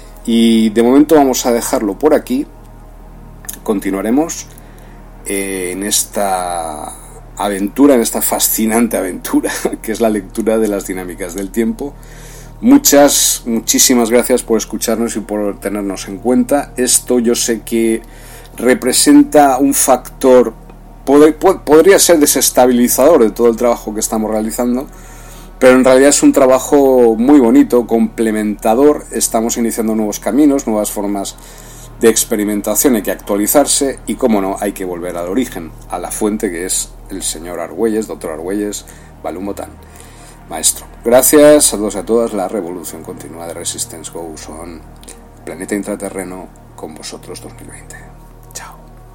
Y de momento vamos a dejarlo por aquí. Continuaremos eh, en esta aventura, en esta fascinante aventura que es la lectura de las dinámicas del tiempo. Muchas, muchísimas gracias por escucharnos y por tenernos en cuenta. Esto yo sé que representa un factor, pod- pod- podría ser desestabilizador de todo el trabajo que estamos realizando, pero en realidad es un trabajo muy bonito, complementador. Estamos iniciando nuevos caminos, nuevas formas de experimentación, hay que actualizarse y, como no, hay que volver al origen, a la fuente, que es el señor Argüelles, doctor Argüelles, Balú Motán, maestro. Gracias a todos y a todas. La revolución continua de Resistance Goes On. Planeta Intraterreno con vosotros dos mil veinte. Chao.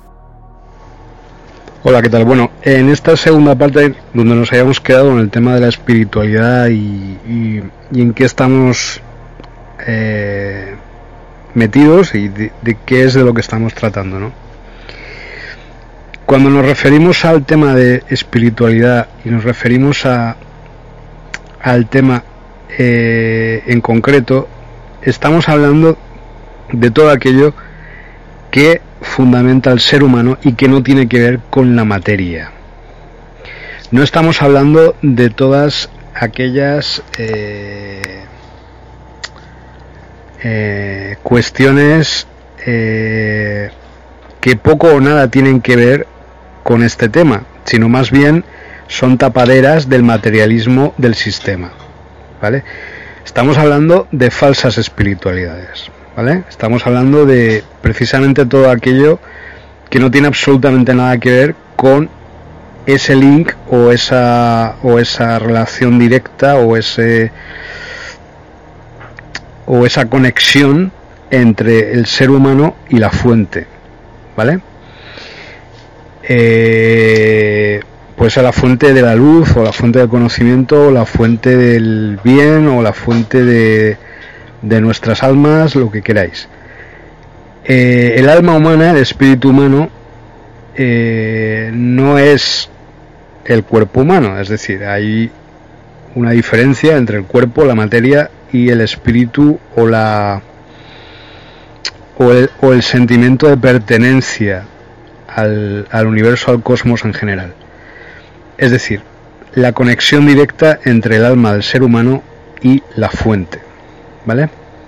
Hola, ¿qué tal? Bueno, en esta segunda parte donde nos habíamos quedado en el tema de la espiritualidad y, y, y en qué estamos eh, metidos y de, de qué es de lo que estamos tratando, ¿no? Cuando nos referimos al tema de espiritualidad y nos referimos a al tema eh, en concreto, estamos hablando de todo aquello que fundamenta al ser humano y que no tiene que ver con la materia. No estamos hablando de todas aquellas eh, eh, cuestiones eh, que poco o nada tienen que ver con este tema, sino más bien son tapaderas del materialismo del sistema, ¿vale? Estamos hablando de falsas espiritualidades, ¿vale? Estamos hablando de precisamente todo aquello que no tiene absolutamente nada que ver con ese link o esa o esa relación directa o ese o esa conexión entre el ser humano y la fuente, ¿vale? Eh, pues a la fuente de la luz o la fuente del conocimiento o la fuente del bien o la fuente de, de nuestras almas, lo que queráis. Eh, el alma humana, el espíritu humano, eh, no es el cuerpo humano, es decir, hay una diferencia entre el cuerpo, la materia y el espíritu o la o el, o el sentimiento de pertenencia al, al universo, al cosmos en general. Es decir, la conexión directa entre el alma del ser humano y la fuente, ¿vale?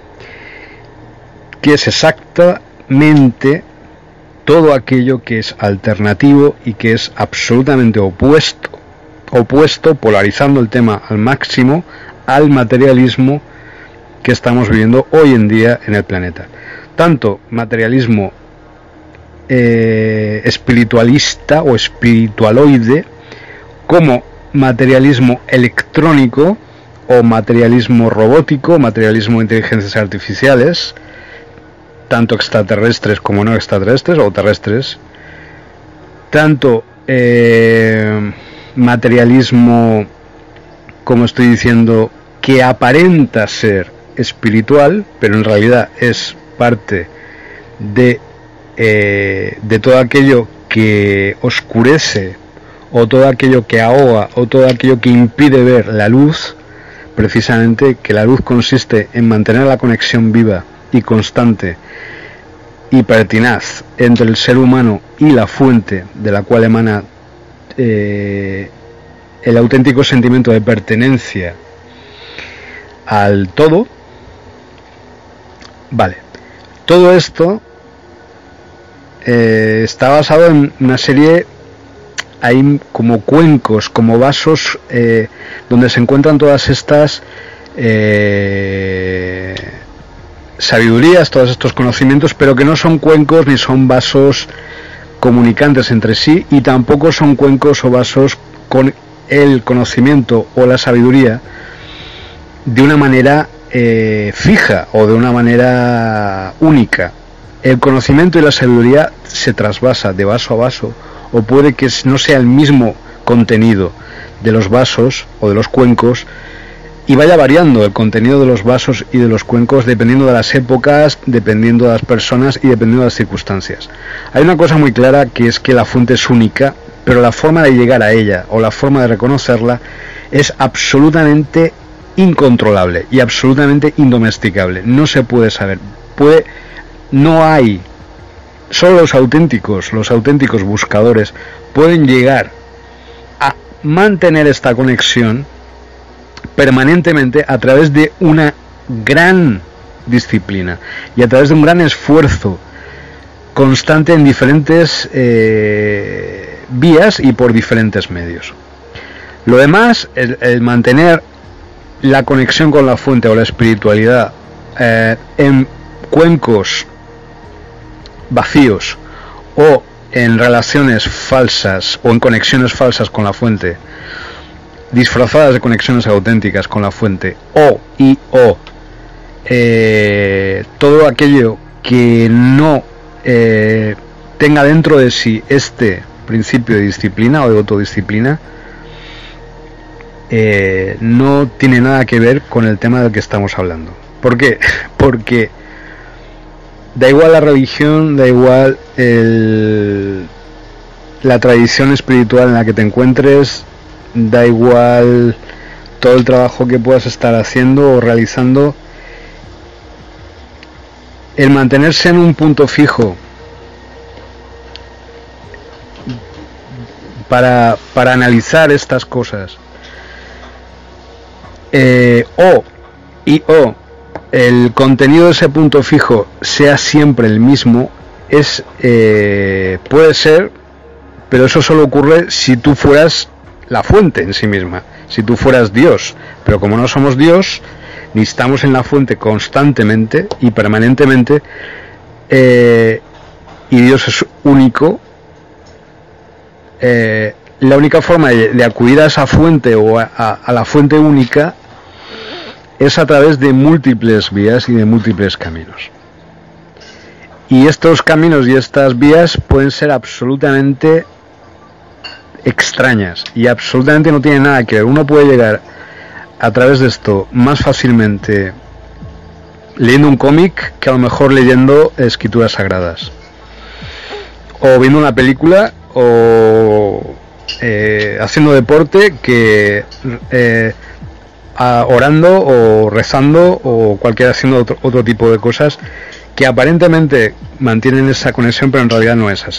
Que es exactamente todo aquello que es alternativo y que es absolutamente opuesto, opuesto, polarizando el tema al máximo, al materialismo que estamos viviendo hoy en día en el planeta. tanto materialismo eh, espiritualista o espiritualoide, como materialismo electrónico o materialismo robótico, materialismo de inteligencias artificiales, tanto extraterrestres como no extraterrestres o terrestres, tanto eh, materialismo, como estoy diciendo, que aparenta ser espiritual, pero en realidad es parte de, eh, de todo aquello que oscurece, o todo aquello que ahoga, o todo aquello que impide ver la luz, precisamente que la luz consiste en mantener la conexión viva y constante y pertinaz entre el ser humano y la fuente de la cual emana eh, el auténtico sentimiento de pertenencia al todo. Vale, todo esto eh, está basado en una serie, hay como cuencos, como vasos eh, donde se encuentran todas estas eh, sabidurías, todos estos conocimientos, pero que no son cuencos ni son vasos comunicantes entre sí, y tampoco son cuencos o vasos con el conocimiento o la sabiduría de una manera eh, fija o de una manera única. El conocimiento y la sabiduría se trasvasa de vaso a vaso, o puede que no sea el mismo contenido de los vasos o de los cuencos, y vaya variando el contenido de los vasos y de los cuencos dependiendo de las épocas, dependiendo de las personas y dependiendo de las circunstancias. Hay una cosa muy clara, que es que la fuente es única, pero la forma de llegar a ella o la forma de reconocerla es absolutamente incontrolable y absolutamente indomesticable. No se puede saber, puede, no hay, solo los auténticos, los auténticos buscadores pueden llegar a mantener esta conexión permanentemente a través de una gran disciplina y a través de un gran esfuerzo constante en diferentes eh, vías y por diferentes medios. Lo demás, el, el mantener la conexión con la fuente o la espiritualidad eh, en cuencos vacíos o en relaciones falsas o en conexiones falsas con la fuente, disfrazadas de conexiones auténticas con la fuente, o y o eh, todo aquello que no eh, tenga dentro de sí este principio de disciplina o de autodisciplina, eh, no tiene nada que ver con el tema del que estamos hablando. ¿Por qué? Porque da igual la religión, da igual el, la tradición espiritual en la que te encuentres, da igual todo el trabajo que puedas estar haciendo o realizando, el mantenerse en un punto fijo para, para analizar estas cosas, eh, o y o el contenido de ese punto fijo sea siempre el mismo, es eh, puede ser, pero eso solo ocurre si tú fueras la fuente en sí misma, si tú fueras Dios. Pero como no somos Dios, ni estamos en la fuente constantemente y permanentemente, eh, y Dios es único, eh, la única forma de, de acudir a esa fuente o a, a, a la fuente única es a través de múltiples vías y de múltiples caminos. Y estos caminos y estas vías pueden ser absolutamente extrañas y absolutamente no tienen nada que ver. Uno puede llegar a través de esto más fácilmente leyendo un cómic que a lo mejor leyendo escrituras sagradas, o viendo una película, o eh, haciendo deporte, que eh, a, orando o rezando o cualquiera haciendo otro, otro tipo de cosas que aparentemente mantienen esa conexión, pero en realidad no es así.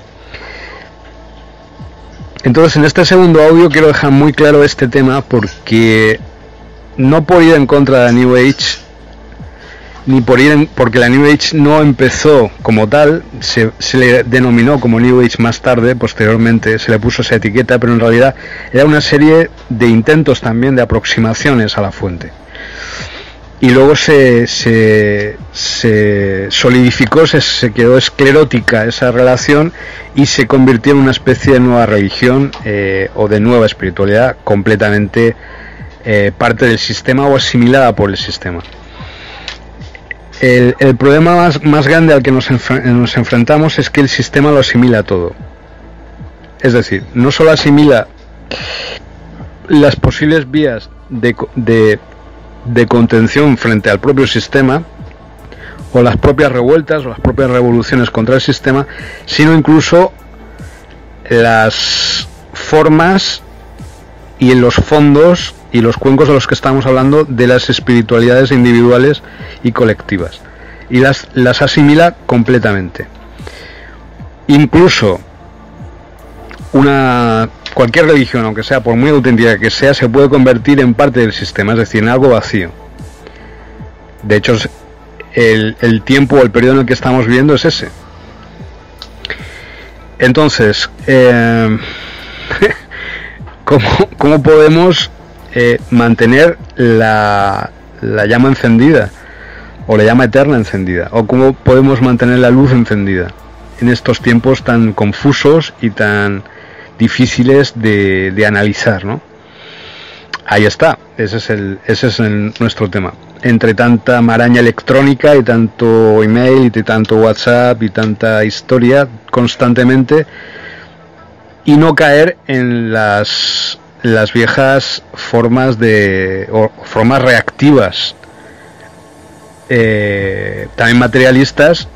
Entonces, en este segundo audio quiero dejar muy claro este tema, porque no por ir en contra de la New Age, ni por ir en, porque la New Age no empezó como tal, se, se le denominó como New Age más tarde, posteriormente se le puso esa etiqueta, pero en realidad era una serie de intentos también de aproximaciones a la fuente. y luego se, se, se solidificó, se, se quedó esclerótica esa relación y se convirtió en una especie de nueva religión eh, o de nueva espiritualidad completamente eh, parte del sistema o asimilada por el sistema. El, el problema más, más grande al que nos, enfre- nos enfrentamos es que el sistema lo asimila todo. Es decir, no solo asimila las posibles vías de, de, de contención frente al propio sistema, o las propias revueltas o las propias revoluciones contra el sistema, sino incluso las formas y los fondos y los cuencos de los que estamos hablando de las espiritualidades individuales y colectivas, y las, las asimila completamente. Incluso una cualquier religión, aunque sea por muy auténtica que sea, se puede convertir en parte del sistema, es decir, en algo vacío. De hecho, el, el tiempo o el periodo en el que estamos viviendo es ese. Entonces, eh, ¿cómo, cómo podemos eh, mantener la, la llama encendida, o la llama eterna encendida, o cómo podemos mantener la luz encendida en estos tiempos tan confusos y tan difíciles de, de analizar, ¿no? Ahí está, ese es el, ese es el, nuestro tema. Entre tanta maraña electrónica y tanto email y tanto WhatsApp y tanta historia constantemente, y no caer en las las viejas formas de o formas reactivas, eh, también materialistas,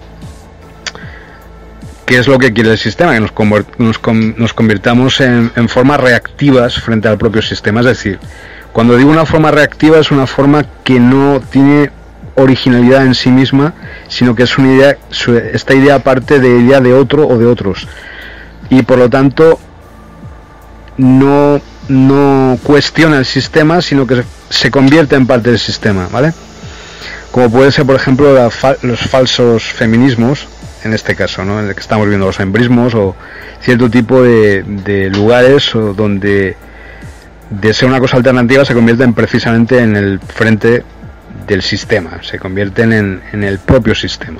que es lo que quiere el sistema, que nos, convert, nos, nos convirtamos en, en formas reactivas frente al propio sistema. Es decir, cuando digo una forma reactiva, es una forma que no tiene originalidad en sí misma, sino que es una idea, esta idea parte de idea de otro o de otros, y por lo tanto no, no cuestiona el sistema, sino que se, se convierte en parte del sistema, ¿vale? Como puede ser, por ejemplo, la fa los falsos feminismos, en este caso, ¿no? En el que estamos viendo los embrismos o cierto tipo de, de lugares o donde de ser una cosa alternativa se convierten precisamente en el frente del sistema, se convierten en, en el propio sistema.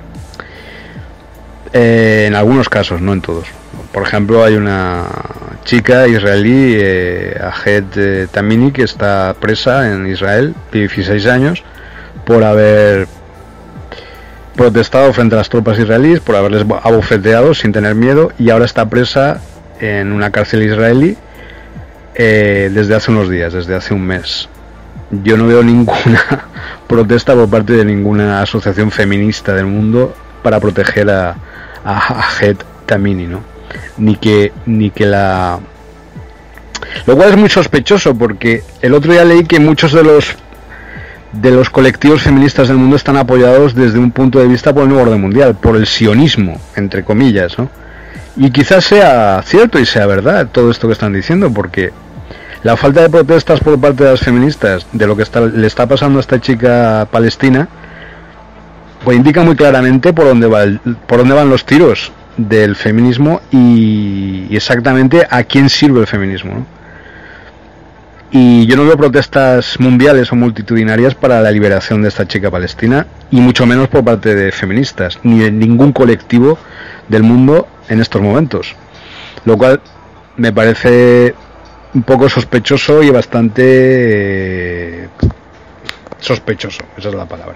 Eh, en algunos casos, no en todos. Por ejemplo, hay una chica israelí, eh, Ahed eh, Tamimi, que está presa en Israel, dieciséis años, por haber protestado frente a las tropas israelíes, por haberles abofeteado sin tener miedo, y ahora está presa en una cárcel israelí eh, desde hace unos días, desde hace un mes. Yo no veo ninguna protesta por parte de ninguna asociación feminista del mundo para proteger a, a Ahed Tamimi, ¿no? Ni que, ni que la... Lo cual es muy sospechoso, porque el otro día leí que muchos de los de los colectivos feministas del mundo están apoyados desde un punto de vista por el nuevo orden mundial, por el sionismo, entre comillas, ¿no? Y quizás sea cierto y sea verdad todo esto que están diciendo, porque la falta de protestas por parte de las feministas de lo que está, le está pasando a esta chica palestina, pues indica muy claramente por dónde va el, por dónde van los tiros del feminismo y, y exactamente a quién sirve el feminismo, ¿no? Y yo no veo protestas mundiales o multitudinarias para la liberación de esta chica palestina, y mucho menos por parte de feministas, ni de ningún colectivo del mundo en estos momentos. Lo cual me parece un poco sospechoso y bastante eh, sospechoso, esa es la palabra.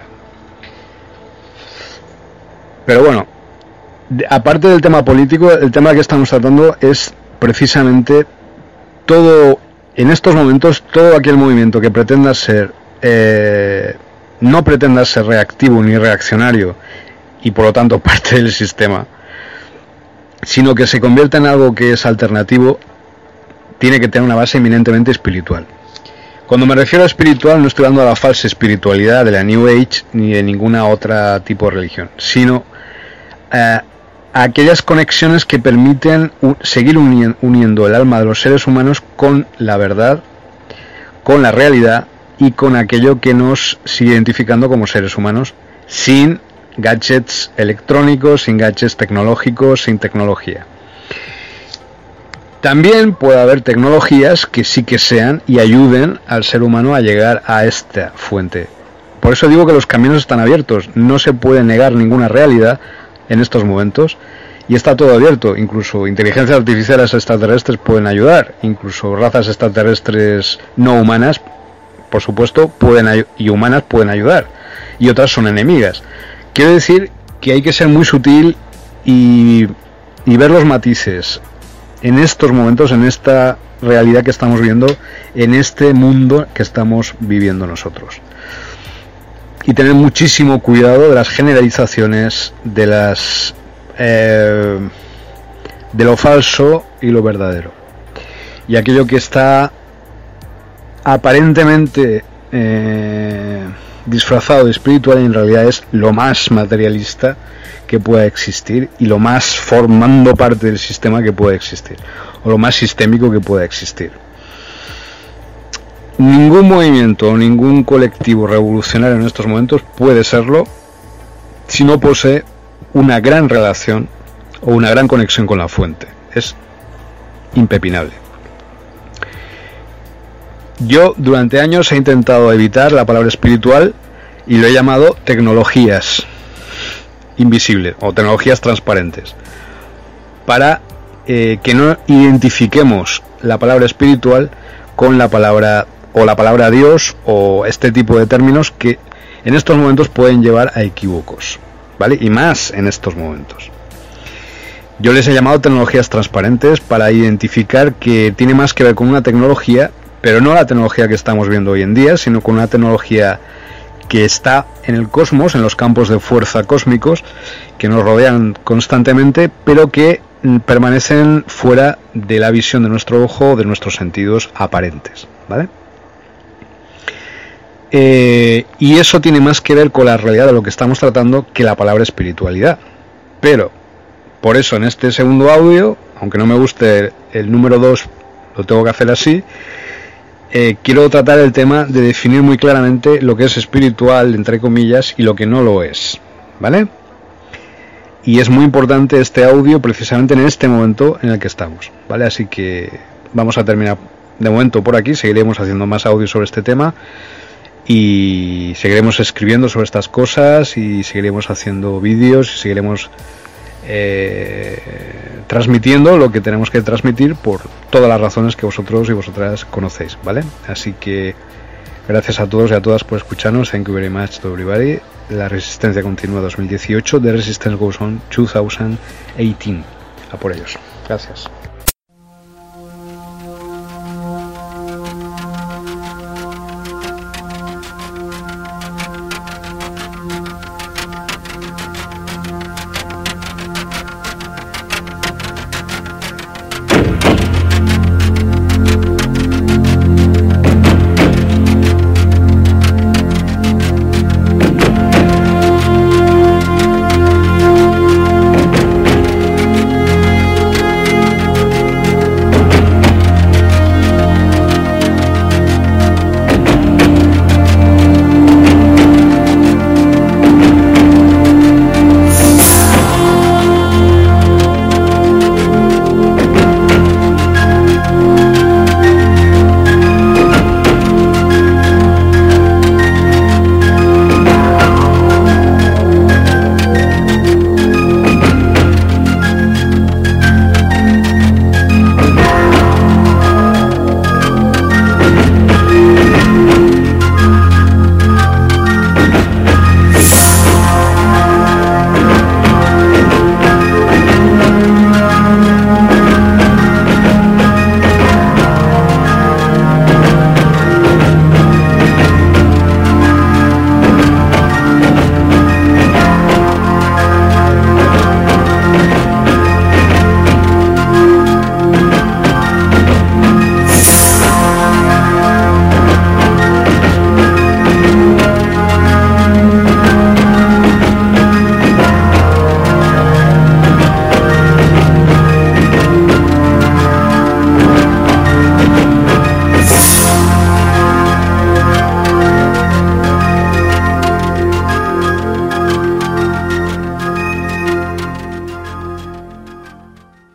Pero bueno, de, aparte del tema político, el tema que estamos tratando es precisamente todo. En estos momentos, todo aquel movimiento que pretenda ser, eh, no pretenda ser reactivo ni reaccionario, y por lo tanto parte del sistema, sino que se convierta en algo que es alternativo, tiene que tener una base eminentemente espiritual. Cuando me refiero a espiritual, no estoy hablando de la falsa espiritualidad de la New Age ni de ninguna otra tipo de religión, sino eh, a aquellas conexiones que permiten un, seguir uni, uniendo el alma de los seres humanos con la verdad, con la realidad y con aquello que nos sigue identificando como seres humanos, sin gadgets electrónicos, sin gadgets tecnológicos, sin tecnología. También puede haber tecnologías que sí que sean y ayuden al ser humano a llegar a esta fuente. Por eso digo que los caminos están abiertos, no se puede negar ninguna realidad en estos momentos y está todo abierto. Incluso inteligencias artificiales extraterrestres pueden ayudar, incluso razas extraterrestres no humanas, por supuesto, pueden y humanas pueden ayudar, y otras son enemigas. Quiero decir que hay que ser muy sutil y, y ver los matices en estos momentos, en esta realidad que estamos viendo, en este mundo que estamos viviendo nosotros. Y tener muchísimo cuidado de las generalizaciones, de las eh, de lo falso y lo verdadero. Y aquello que está aparentemente eh, disfrazado de espiritual, en realidad es lo más materialista que pueda existir y lo más formando parte del sistema que pueda existir, o lo más sistémico que pueda existir. Ningún movimiento o ningún colectivo revolucionario en estos momentos puede serlo si no posee una gran relación o una gran conexión con la fuente. Es impepinable. Yo durante años he intentado evitar la palabra espiritual y lo he llamado tecnologías invisibles o tecnologías transparentes, para eh, que no identifiquemos la palabra espiritual con la palabra o la palabra Dios o este tipo de términos que en estos momentos pueden llevar a equívocos, ¿vale? Y más en estos momentos. Yo les he llamado tecnologías transparentes para identificar que tiene más que ver con una tecnología, pero no la tecnología que estamos viendo hoy en día, sino con una tecnología que está en el cosmos, en los campos de fuerza cósmicos que nos rodean constantemente, pero que permanecen fuera de la visión de nuestro ojo, de nuestros sentidos aparentes, ¿vale? Eh, y eso tiene más que ver con la realidad de lo que estamos tratando que la palabra espiritualidad. Pero, por eso en este segundo audio, aunque no me guste el número dos, lo tengo que hacer así, eh, quiero tratar el tema de definir muy claramente lo que es espiritual, entre comillas, y lo que no lo es, ¿vale? Y es muy importante este audio precisamente en este momento en el que estamos, ¿vale? Así que vamos a terminar de momento por aquí, seguiremos haciendo más audios sobre este tema y seguiremos escribiendo sobre estas cosas y seguiremos haciendo vídeos y seguiremos eh, transmitiendo lo que tenemos que transmitir por todas las razones que vosotros y vosotras conocéis, ¿vale? Así que gracias a todos y a todas por escucharnos. Thank you very much to everybody. La Resistencia Continúa dos mil dieciocho, The Resistance Goes On dos mil dieciocho. A por ellos. Gracias.